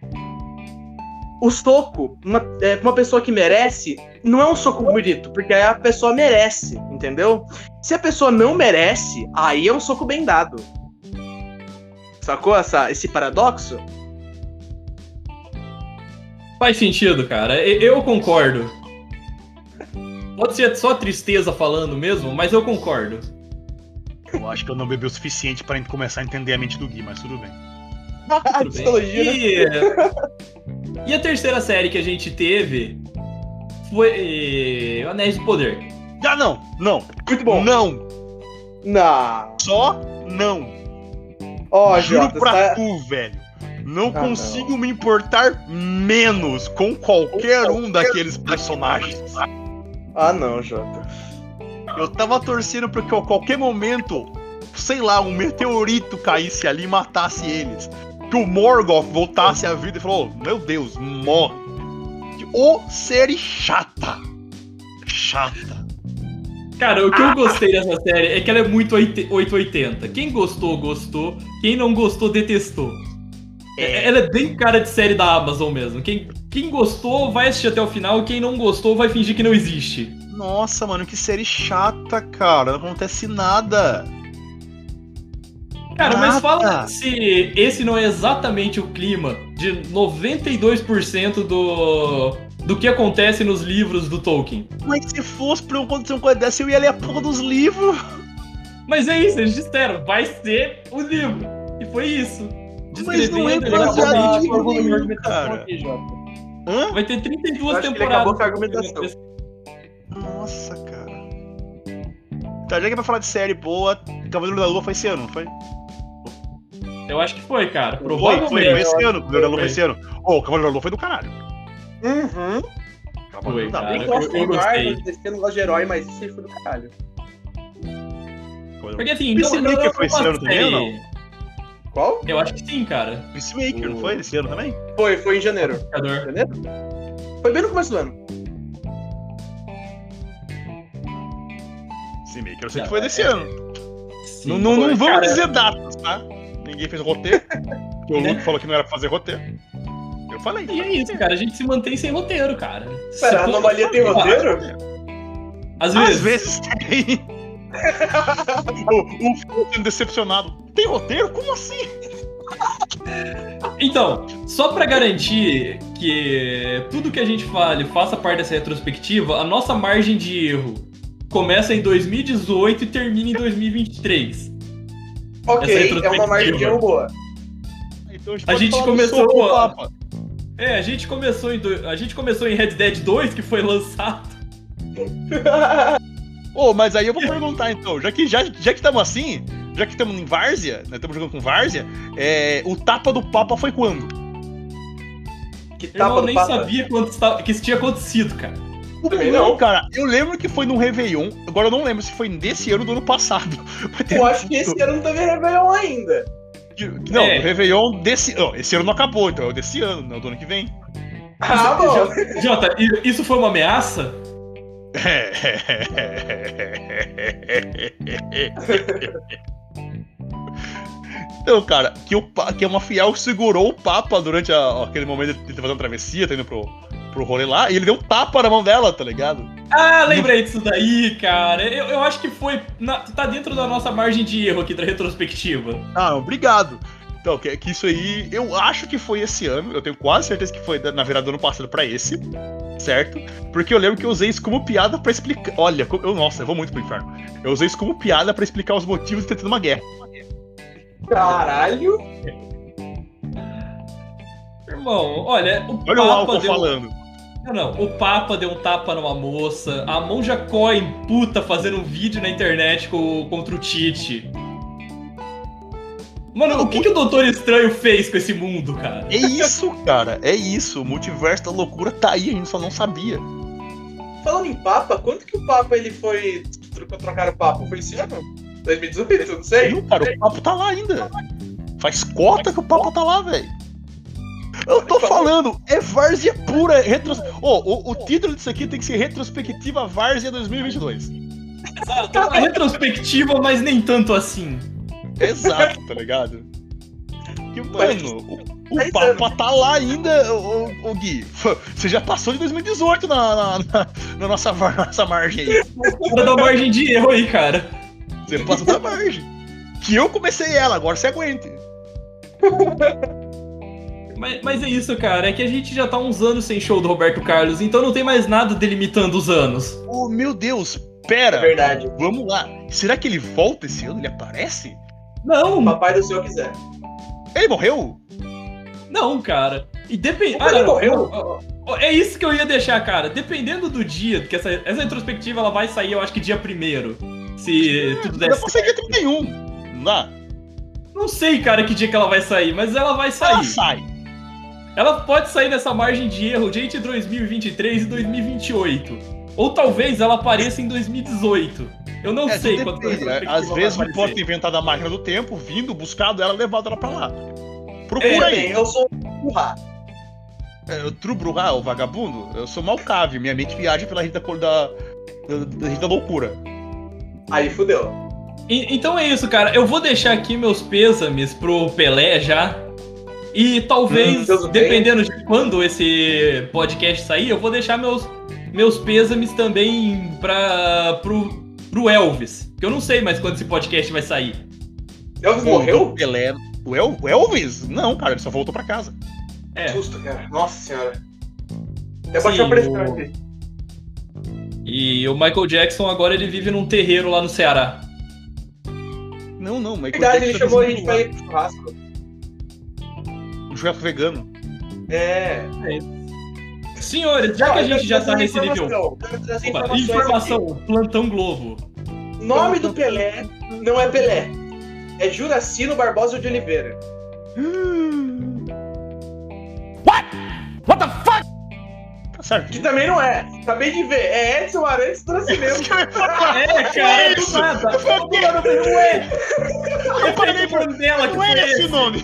O soco, uma pessoa que merece, não é um soco bonito, porque a pessoa merece, entendeu? Se a pessoa não merece, aí é um soco bem dado. Sacou esse paradoxo? Faz sentido, cara. Eu concordo. Pode ser só tristeza falando mesmo, mas eu concordo. Eu acho que eu não bebi o suficiente pra começar a entender a mente do Gui, mas tudo bem. E a terceira série que a gente teve foi Anéis do Poder. Não. Muito bom. Não. Só não. Juro Jota, pra tu, velho. Não consigo me importar menos com qualquer um daqueles personagens. Não, Jota. Eu tava torcendo pra que a qualquer momento, sei lá, um meteorito caísse ali e matasse eles. Que o Morgoth voltasse à vida e falou: meu Deus, morre. Série chata. Cara, o que eu gostei dessa série é que ela é muito 880. Quem gostou, gostou. Quem não gostou, detestou. Ela é bem cara de série da Amazon mesmo. Quem gostou vai assistir até o final. Quem não gostou vai fingir que não existe. Nossa, mano, que série chata, cara. Não acontece nada. Cara, mas fala se esse não é exatamente o clima de 92% do que acontece nos livros do Tolkien. Mas se fosse pra acontecer uma coisa dessa, eu ia ler a porra dos livros. Mas é isso, eles disseram, vai ser o livro. E foi isso. Mas não é baseado em nenhum, cara. Aqui, Jota. Hã? Vai ter 32 Acho que ele temporadas. acabou com a argumentação. Nossa, cara. Tá, já que é pra falar de série boa, Cavaleiro da Lua foi esse ano, não foi? Eu acho que foi, cara. Foi Provavelmente. esse ano. Cavaleiro da Lua foi esse ano. Ô, o Cavaleiro da Lua foi do caralho. Uhum. Foi, cara. Eu gosto Eu de Marvel, gostei. eu não gosto de herói, mas isso aí foi do caralho. Porque assim, Peacemaker foi esse uma ano também ou não? série- Qual? Eu acho que sim, cara. Peacemaker, não foi esse ano também? Foi em janeiro. Jogador. Janeiro? Foi bem no começo do ano. Peacemaker, eu sei que foi desse ano. Sim, Não foi, vamos cara. dizer datas, tá? Ninguém fez roteiro. Porque o Luke falou que não era pra fazer roteiro. Eu falei. E é isso, cara. A gente se mantém sem roteiro, cara. Pera, a Se Anomalia tem roteiro? Às Às vezes. vezes tem. O Fio sendo decepcionado. Tem roteiro? Como assim? Então, só pra garantir que tudo que a gente fale faça parte dessa retrospectiva, a nossa margem de erro começa em 2018 e termina em 2023. Ok, é uma margem de erro boa. Então A gente pode falar do começou soco com do a- Papa. A gente começou em Red Dead 2, que foi lançado. Ô, mas aí eu vou perguntar então, já que estamos assim, já que estamos em Várzea, nós estamos jogando com Várzea, o tapa do Papa foi quando? Que Eu tapa do nem Papa. sabia que isso tinha acontecido, cara. Também não. Cara, eu lembro que foi no Réveillon, agora eu não lembro se foi desse ano ou do ano passado. Mas teve Eu acho que esse ano não teve Réveillon ainda. Não, É. o Réveillon desse. Não, esse ano não acabou, então é o desse ano, não é o do ano que vem. Ah, bom. Jota, isso foi uma ameaça? Então, cara, que uma fiel segurou o Papa durante aquele momento de fazer uma travessia, tá indo pro rolê lá, e ele deu um tapa na mão dela, tá ligado? Ah, lembrei disso daí, cara. Eu acho que foi. Tá dentro da nossa margem de erro aqui da retrospectiva. Ah, obrigado. Então, que isso aí, eu acho que foi esse ano, eu tenho quase certeza que foi na virada do ano passado pra esse, certo? Porque eu lembro que eu usei isso como piada pra explicar. Olha, nossa, eu vou muito pro inferno. Eu usei isso como piada pra explicar os motivos de ter tido uma guerra. Caralho. Irmão, olha, o Olha o Papa álcool deu. falando. Não, o Papa deu um tapa numa moça, a Monja Coin, puta, fazendo um vídeo na internet contra o Tite. Mano, o que o Doutor Estranho fez com esse mundo, cara? É isso, cara, é isso. O multiverso da loucura tá aí, a gente só não sabia. Falando em Papa, quanto que o Papa ele foi. Trocaram o Papa? Foi esse ano? 2018? Não sei. Não, cara, o papo tá lá ainda. Faz cota que o papo tá lá, velho. Eu tô falando, é Várzea pura. O título disso aqui tem que ser Retrospectiva Várzea 2022. É uma retrospectiva, mas nem tanto assim. Exato, tá ligado? Que, mano, o Mas, Papa tá lá ainda, o Gui. Você já passou de 2018 na nossa margem aí. Fora da margem de erro aí, cara. Você passou da margem. Que eu comecei ela, agora você aguente. Mas é isso, cara. É que a gente já tá uns anos sem show do Roberto Carlos, então não tem mais nada delimitando os anos. Oh, meu Deus, pera. É verdade. Vamos lá. Será que ele volta esse ano? Ele aparece? O Não, papai do senhor quiser. Ele morreu? não, cara. E depende. Como ele morreu? É isso que eu ia deixar, cara. Dependendo do dia, que essa retrospectiva ela vai sair, eu acho que dia 1º. Se tudo der Dá certo. pra ser dia 31. Não dá? Não sei, cara, que dia que ela vai sair, mas ela vai Ela sair. sai. Ela pode sair nessa margem de erro de entre 2023 e 2028. Ou talvez ela apareça em 2018. Eu não sei depende, quanto né? Às vezes ele pode ter inventado a máquina do tempo, vindo, buscado ela, levado ela pra lá. Procura aí. Eu sou um burra. O Trubruhá, o vagabundo, eu sou Malcave, minha mente viaja pela rede da loucura. Aí fudeu. Então é isso, cara. Eu vou deixar aqui meus pêsames pro Pelé já. E talvez, Deus o tenha. dependendo de quando esse podcast sair, eu vou deixar meus pêsames também pro Elvis. Que eu não sei mais quando esse podcast vai sair. Elvis morreu? O Pelé. O Elvis? Não, cara, ele só voltou pra casa. Susto, cara. Nossa senhora. Até baixou a pressão aqui. E o Michael Jackson agora ele vive num terreiro lá no Ceará. Não, Michael Verdade, Jackson ele chamou a gente pra ir pro churrasco. Um churrasco vegano. É. Senhores, já que a gente já tá nesse nível. Informação, Plantão Globo. Nome do Pelé não é Pelé. É Juracino Barbosa de Oliveira. What the fuck? Tá certo. Que também não é. Acabei de ver. É Edson Arantes do Nascimento. Cara, do nada. Ué. Eu falei Mandela que não foi é esse esse nome.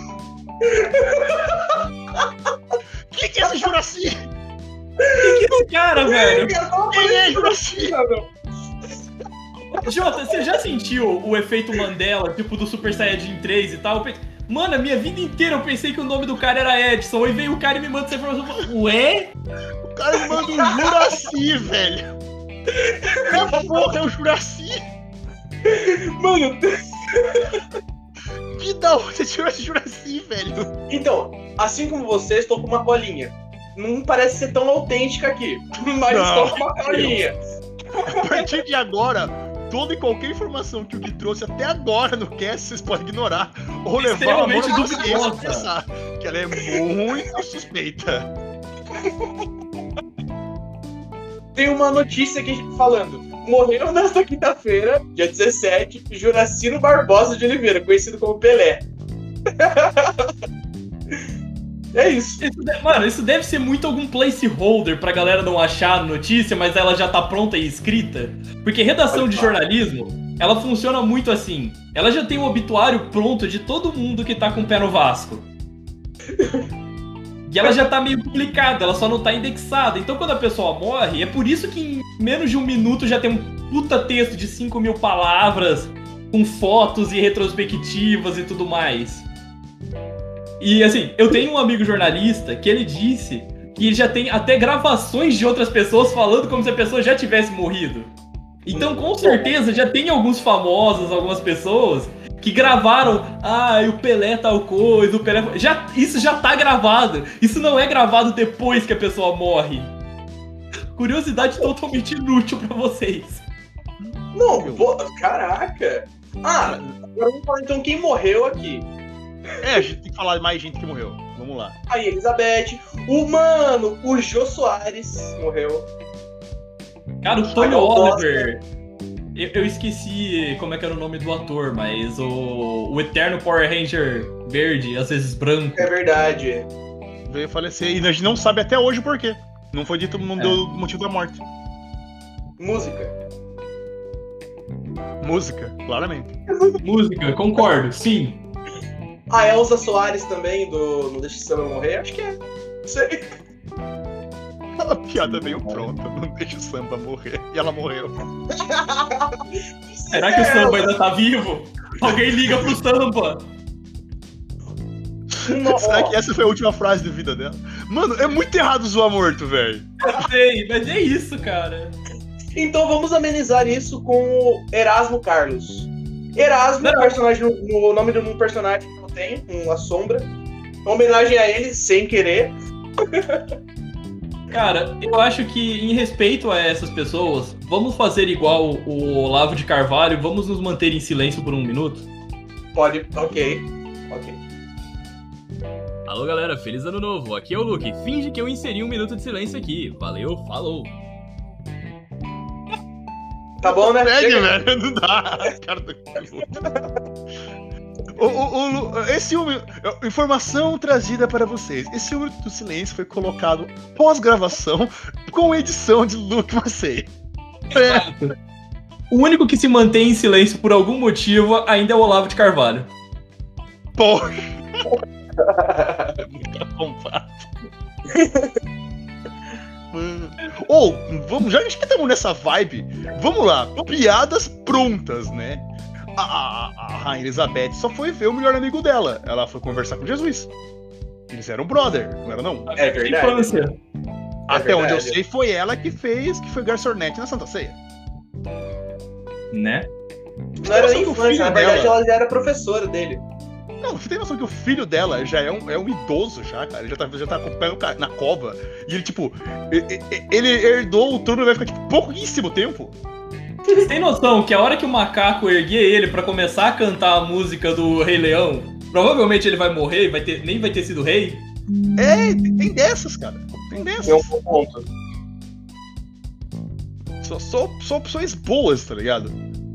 Que é esse Juraci? Que esse cara, velho? Quem é Juraci? Jota, você já sentiu o efeito Mandela, tipo do Super Saiyajin 3 e tal? Mano, a minha vida inteira eu pensei que o nome do cara era Edson. Aí veio o cara e me manda essa informação. Ué? O cara me manda um Juraci, velho. Que porra é o Juraci? Mano. Que da onde você tirou esse Juraci, velho? Então, assim como você, estou com uma colinha. Não parece ser tão autêntica aqui, mas estou com uma colinha. A partir de agora, toda e qualquer informação que o Gui trouxe até agora no cast, vocês podem ignorar ou levar a mão na consciência e pensar que ela é muito suspeita. Tem uma notícia aqui falando. Morreu nesta quinta-feira, dia 17, Juracino Barbosa de Oliveira, conhecido como Pelé. É isso. Mano, isso deve ser muito algum placeholder pra galera não achar a notícia, mas ela já tá pronta e escrita. Porque redação de jornalismo, ela funciona muito assim. Ela já tem o obituário pronto de todo mundo que tá com o pé no Vasco. E ela já tá meio publicada, ela só não tá indexada. Então quando a pessoa morre, é por isso que em menos de um minuto já tem um puta texto de 5.000 palavras, com fotos e retrospectivas e tudo mais. E assim, eu tenho um amigo jornalista que ele disse que ele já tem até gravações de outras pessoas falando como se a pessoa já tivesse morrido. Então com certeza já tem alguns famosos, algumas pessoas que gravaram, o Pelé tal coisa, o Pelé... Isso já tá gravado. Isso não é gravado depois que a pessoa morre. Curiosidade totalmente inútil pra vocês. Não, caraca. Agora vamos falar então quem morreu aqui. A gente tem que falar de mais gente que morreu. Vamos lá. A Elizabeth, o Jô Soares morreu. Cara, o Tony Oliver... Eu esqueci como é que era o nome do ator, mas o eterno Power Ranger verde, às vezes branco. É verdade. Veio falecer e a gente não sabe até hoje por quê. Não foi dito, não deu o motivo da morte. Música, claramente. Música, concordo, sim. A Elza Soares também, do Não Deixa o Samba Morrer, acho que é. Não sei. A piada veio pronta, não deixa o samba morrer. E ela morreu. Será que o samba ainda tá vivo? Alguém liga pro samba. Será que essa foi a última frase da vida dela? Mano, é muito errado zoar morto, velho. Eu sei, mas é isso, cara. Então vamos amenizar isso com o Erasmo Carlos. Erasmo, personagem, o nome de um personagem que eu tenho, uma sombra. Uma homenagem a ele, sem querer. Cara, eu acho que em respeito a essas pessoas, vamos fazer igual o Olavo de Carvalho, vamos nos manter em silêncio por 1 minuto? Pode, ok. Alô galera, feliz ano novo, aqui é o Luke, finge que eu inseri 1 minuto de silêncio aqui, valeu, falou! Tá bom, né? Segue, velho, não dá. Cara do... Informação trazida para vocês. Esse 1 minuto do silêncio foi colocado pós-gravação com edição de Luke Macei. O único que se mantém em silêncio por algum motivo ainda é o Olavo de Carvalho. Porra! É muito arrombado. Vamos, já que estamos nessa vibe, vamos lá, piadas prontas, né? A Rainha Elizabeth só foi ver o melhor amigo dela. Ela foi conversar com Jesus. Eles eram brother, não eram não? É verdade. Infância. Até onde eu sei, foi ela que foi garçonete na Santa Ceia. Né? Não era nem infância, na verdade ela já era professora dele. Não, você tem noção que o filho dela já é um idoso já, cara. Ele já tá acompanhando na cova. E ele, tipo, ele herdou o trono e vai ficar, tipo, pouquíssimo tempo. Vocês têm noção que a hora que o macaco erguer ele pra começar a cantar a música do Rei Leão, provavelmente ele vai morrer e nem vai ter sido rei? Tem dessas, cara. Tem dessas. É um ponto. Só opções boas, tá ligado?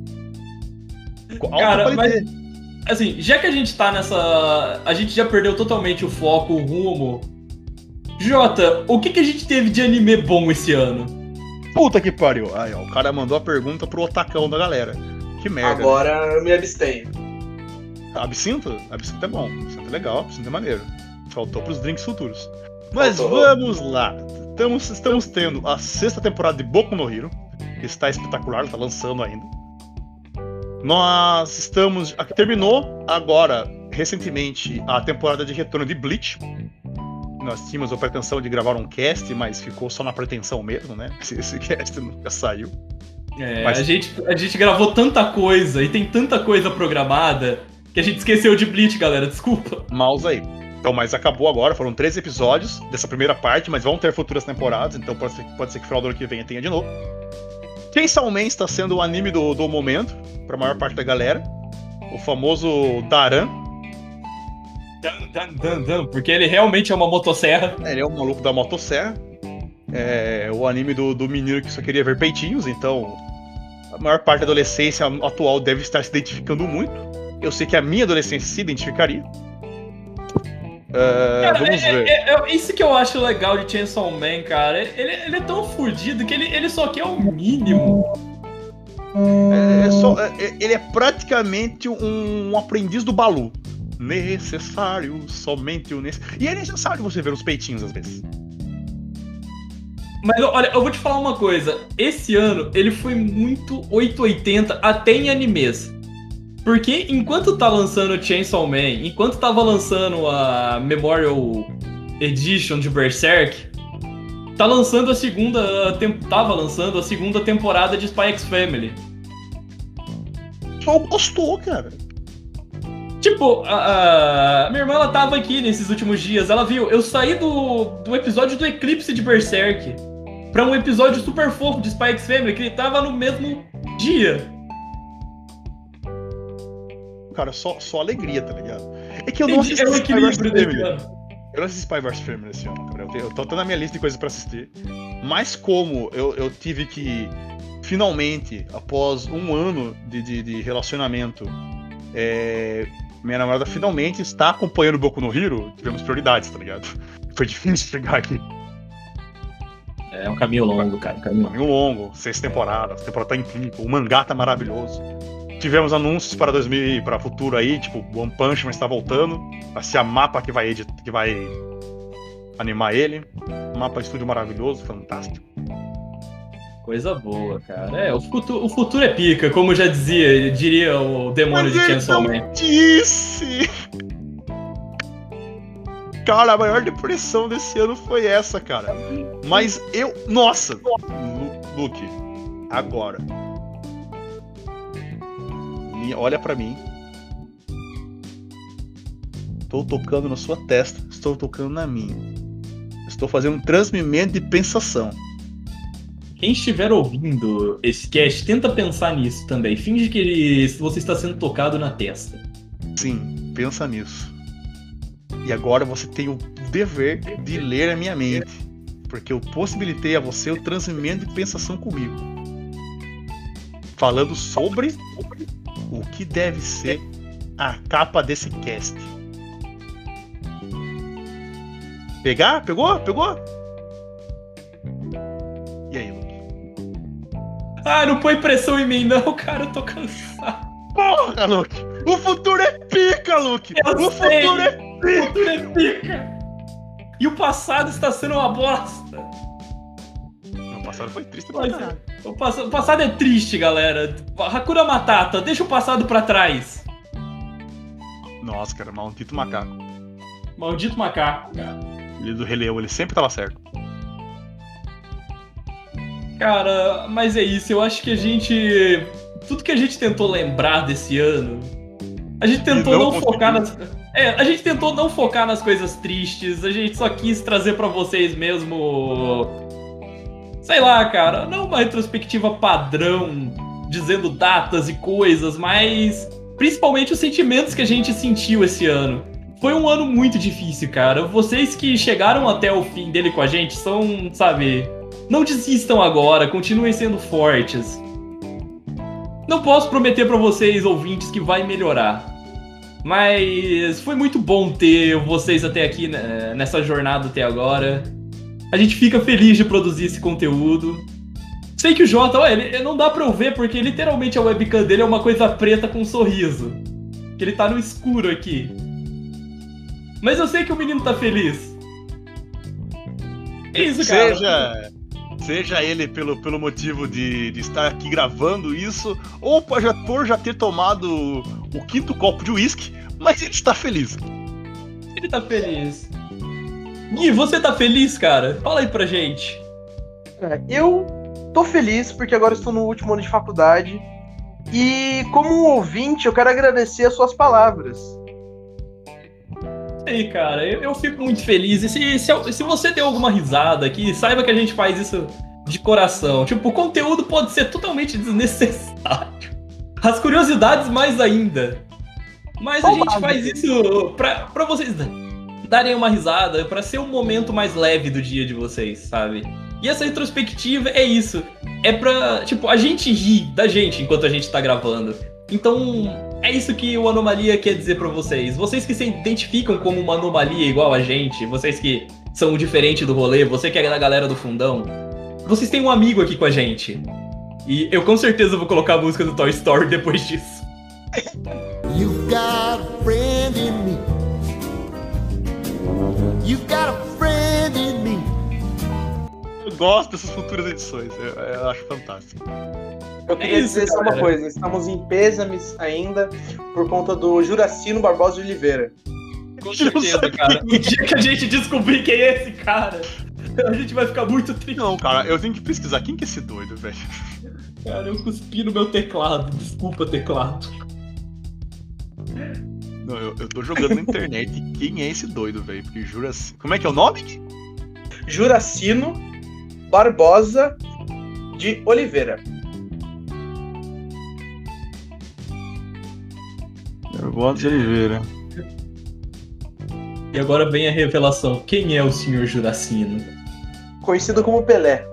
Cara, mas assim, já que a gente tá nessa... A gente já perdeu totalmente o foco, o rumo. Jota, o que a gente teve de anime bom esse ano? Puta que pariu. Aí, ó, o cara mandou a pergunta pro otacão da galera. Que merda. Agora eu me abstenho. Absinto? Absinto é bom. Absinto é legal, absinto é maneiro. Faltou pros drinks futuros. Mas Faltou. vamos lá. Estamos tendo a 6ª temporada de Boku no Hero, que está espetacular, tá lançando ainda. Nós estamos... Terminou agora, recentemente, a temporada de retorno de Bleach. Nós tínhamos a pretensão de gravar um cast, mas ficou só na pretensão mesmo, né? Esse cast nunca saiu. Mas... a gente gravou tanta coisa e tem tanta coisa programada que a gente esqueceu de Bleach, galera. Desculpa. Mouse aí. Então, mas acabou agora, foram 13 episódios dessa primeira parte, mas vão ter futuras temporadas, então pode ser que no final do ano que vem tenha de novo. Chainsaw Man está sendo o anime do momento, pra maior parte da galera. O famoso Daran. Porque ele realmente é uma motosserra. Ele é o maluco da motosserra. É o anime do menino que só queria ver peitinhos, então a maior parte da adolescência atual deve estar se identificando muito. Eu sei que a minha adolescência se identificaria. Cara, vamos ver. Isso que eu acho legal de Chainsaw Man, cara. Ele é tão fudido que ele só quer o mínimo. Ele é praticamente um aprendiz do Balu. Necessário, somente o necessário. E é necessário você ver os peitinhos às vezes. Mas olha, eu vou te falar uma coisa. Esse ano ele foi muito 880 até em animes. Porque enquanto tá lançando Chainsaw Man, enquanto tava lançando a Memorial Edition de Berserk, tava lançando a segunda temporada de Spy X Family. Só gostou, cara. Tipo, a minha irmã, ela tava aqui nesses últimos dias, ela viu, eu saí do episódio do Eclipse de Berserk pra um episódio super fofo de Spy X Family, que ele tava no mesmo dia. Cara, só alegria, tá ligado? É que eu não assisti Spy vs Family. Eu não assisti Spy vs Family esse ano, cara. Eu tô na minha lista de coisas pra assistir. Mas como eu tive que, finalmente, após um ano de relacionamento, minha namorada finalmente está acompanhando o Boku no Hero, tivemos prioridades, tá ligado? Foi difícil chegar aqui. É um caminho longo, cara. Caminho longo, 6 temporadas, a temporada tá incrível, o mangá tá maravilhoso. Tivemos anúncios para futuro aí, tipo, One Punch Man está voltando. Vai ser a Mapa que vai animar ele. Mapa estúdio maravilhoso, fantástico. Coisa boa, cara. O futuro é pica, como já diria o demônio de Chainsaw Man. Disse! Cara, a maior depressão desse ano foi essa, cara. Mas nossa! Luke, agora. Olha pra mim. Estou tocando na sua testa, estou tocando na minha. Estou fazendo um transmimento de pensação. Quem estiver ouvindo esse cast, tenta pensar nisso também. Finge que você está sendo tocado na testa. Sim, pensa nisso. E agora você tem o dever de ler a minha mente. Porque eu possibilitei a você o transmimento de pensação comigo. Falando sobre o que deve ser a capa desse cast. Pegar? Pegou? E aí, Luke? Não põe pressão em mim não, cara, eu tô cansado. Porra, Luke! O futuro é pica, Luke! O futuro é pica! E o passado está sendo uma bosta. O passado foi triste pra caralho. O passado é triste, galera. Hakuna Matata, deixa o passado pra trás. Nossa, cara, maldito macaco. Maldito macaco, cara. Ele do Rei Leão, ele sempre tava certo. Cara, mas é isso. Eu acho que tudo que a gente tentou lembrar desse ano, A gente tentou não focar nas... a gente tentou não focar nas coisas tristes, a gente só quis trazer pra vocês mesmo... Sei lá, cara, não uma retrospectiva padrão, dizendo datas e coisas, mas principalmente os sentimentos que a gente sentiu esse ano. Foi um ano muito difícil, cara. Vocês que chegaram até o fim dele com a gente são, sabe... Não desistam agora, continuem sendo fortes. Não posso prometer pra vocês, ouvintes, que vai melhorar. Mas foi muito bom ter vocês até aqui, né, nessa jornada até agora. A gente fica feliz de produzir esse conteúdo. Sei que o Jota, ele não dá pra eu ver porque literalmente a webcam dele é uma coisa preta com um sorriso. Que ele tá no escuro aqui. Mas eu sei que o menino tá feliz. É isso, cara. Seja ele pelo motivo de estar aqui gravando isso, ou por já ter tomado o 5º copo de uísque, mas ele está feliz. Ele tá feliz. Gui, você tá feliz, cara? Fala aí pra gente. Eu tô feliz porque agora estou no último ano de faculdade. E como um ouvinte, eu quero agradecer as suas palavras. Aí, cara, eu fico muito feliz. E se você deu alguma risada aqui, saiba que a gente faz isso de coração. Tipo, o conteúdo pode ser totalmente desnecessário. As curiosidades mais ainda. Mas a gente faz isso pra vocês darem uma risada, pra ser um momento mais leve do dia de vocês, sabe? E essa retrospectiva é isso. É pra, tipo, a gente rir da gente enquanto a gente tá gravando. Então... É isso que o Anomalia quer dizer pra vocês. Vocês que se identificam como uma anomalia igual a gente, vocês que são diferente do rolê, você que é da galera do fundão, vocês têm um amigo aqui com a gente. E eu com certeza vou colocar a música do Toy Story depois disso. You've got a friend in me. You've got a friend in me. Eu gosto dessas futuras edições, eu acho fantástico. Eu queria dizer só uma coisa, estamos em pêsames ainda por conta do Juracino Barbosa de Oliveira. Com certeza, cara. O dia que a gente descobrir quem é esse cara, a gente vai ficar muito triste. Não, cara, eu tenho que pesquisar quem que é esse doido, velho. Cara, eu cuspi no meu teclado, desculpa, teclado. Não, eu tô jogando na internet quem é esse doido, velho, porque Juracino... Como é que é o nome? Juracino Barbosa de Oliveira. Barbosa de Oliveira. E agora vem a revelação. Quem é o Sr. Juracino? Conhecido como Pelé.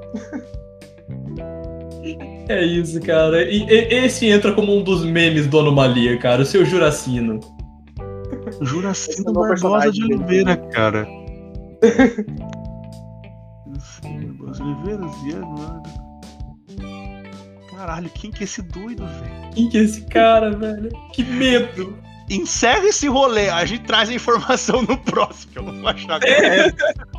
É isso, cara. E esse entra como um dos memes do Anomalia, cara. O seu Juracino. Juracino Barbosa de Oliveira, cara. Barbosa de Oliveira, Eduardo. Caralho, quem que é esse doido, velho? Quem que é esse cara, velho? Que medo! Encerra esse rolê, a gente traz a informação no próximo, que eu não vou achar agora.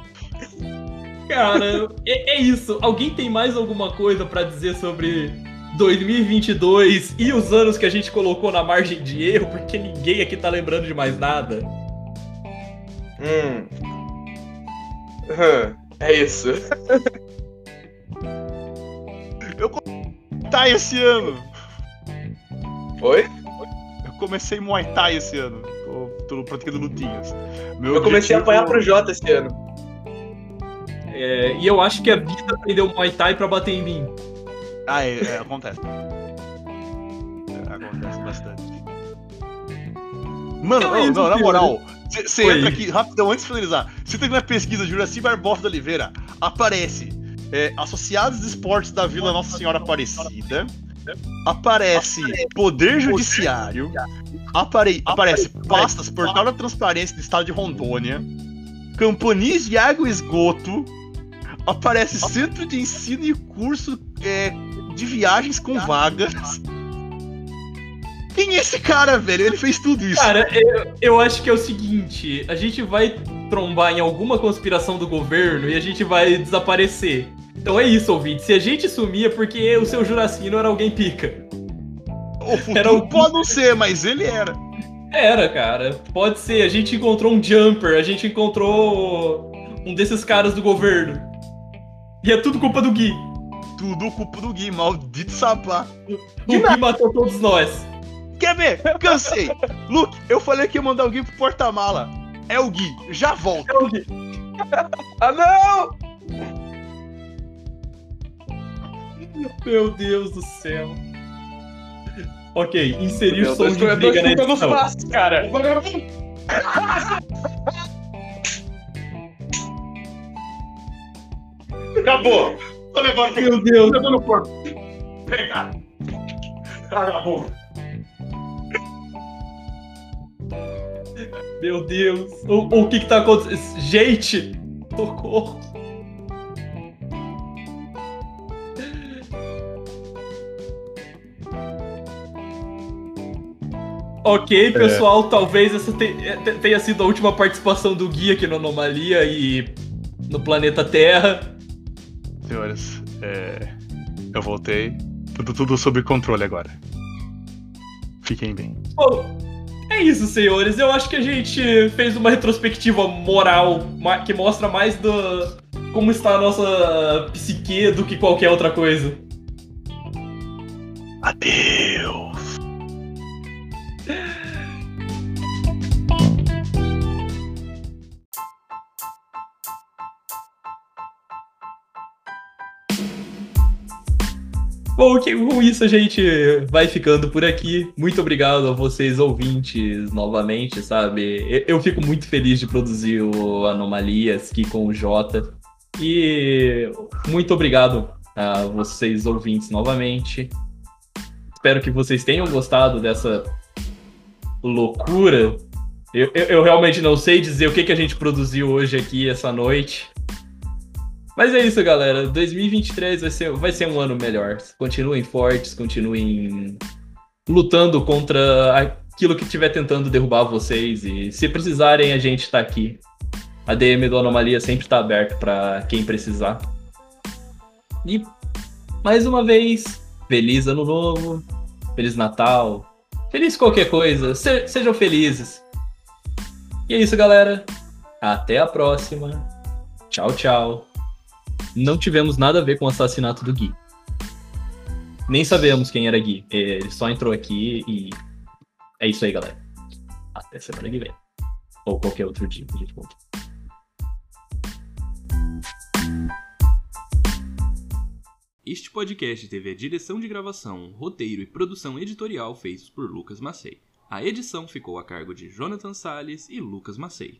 Cara, é isso. Alguém tem mais alguma coisa pra dizer sobre 2022 e os anos que a gente colocou na margem de erro? Porque ninguém aqui tá lembrando de mais nada. É isso. Eu Thai esse ano. Oi? Eu comecei Muay Thai esse ano. Tô praticando lutinhas. Eu comecei a apanhar pro Jota esse ano. E eu acho que a vida aprendeu Muay Thai pra bater em mim. Acontece. Acontece bastante. Mano, na moral, você entra aqui, rapidão, antes de finalizar. Você entra na pesquisa Juraci Barbosa de Oliveira, aparece Associados de Esportes da Vila Nossa Senhora Aparecida, aparece Poder Judiciário, aparece Pastas, Portal da Transparência do Estado de Rondônia, Campanis de Água e Esgoto, aparece Centro de Ensino e Curso de Viagens com Vagas. Quem é esse cara, velho? Ele fez tudo isso. Cara, eu acho que é o seguinte, a gente vai trombar em alguma conspiração do governo e a gente vai desaparecer. Então é isso, ouvinte. Se a gente sumir é porque o seu Juracino era alguém pica. O futuro pode não ser, mas ele era. Era, cara. Pode ser. A gente encontrou um Jumper, a gente encontrou um desses caras do governo. E é tudo culpa do Gui. Tudo culpa do Gui, maldito sapá. O Gui matou todos nós. Quer ver? Cansei. Luke, eu falei que ia mandar alguém pro porta-mala. É o Gui, já volto. É o Gui. Ah, não! Meu Deus do céu. Ok, inserir Meu som Deus, de eu briga na tô nos edição. passos, cara. Acabou. Tô levando. Meu Deus. Tô levando o corpo. Pega. Acabou. Meu Deus. O que tá acontecendo? Gente! Socorro. Ok, pessoal, talvez essa tenha sido a última participação do Gui aqui no Anomalia e no planeta Terra. Senhores, eu voltei. Tudo sob controle agora. Fiquem bem. Bom, é isso, senhores. Eu acho que a gente fez uma retrospectiva moral que mostra mais como está a nossa psique do que qualquer outra coisa. Adeus. Bom, com isso a gente vai ficando por aqui. Muito obrigado a vocês, ouvintes, novamente, sabe? Eu fico muito feliz de produzir o Anomalias aqui com o Jota. E muito obrigado a vocês, ouvintes, novamente. Espero que vocês tenham gostado dessa loucura. Eu realmente não sei dizer o que a gente produziu hoje aqui, essa noite. Mas é isso, galera. 2023 vai ser um ano melhor. Continuem fortes, continuem lutando contra aquilo que estiver tentando derrubar vocês. E se precisarem, a gente tá aqui. A DM do Anomalia sempre tá aberta para quem precisar. E, mais uma vez, feliz Ano Novo, Feliz Natal, feliz qualquer coisa. Sejam felizes. E é isso, galera. Até a próxima. Tchau, tchau. Não tivemos nada a ver com o assassinato do Gui. Nem sabemos quem era Gui. Ele só entrou aqui e... É isso aí, galera. Até semana que vem. Ou qualquer outro dia que a gente volta. Este podcast teve a direção de gravação, roteiro e produção editorial feitos por Lucas Macei. A edição ficou a cargo de Jonathan Salles e Lucas Macei.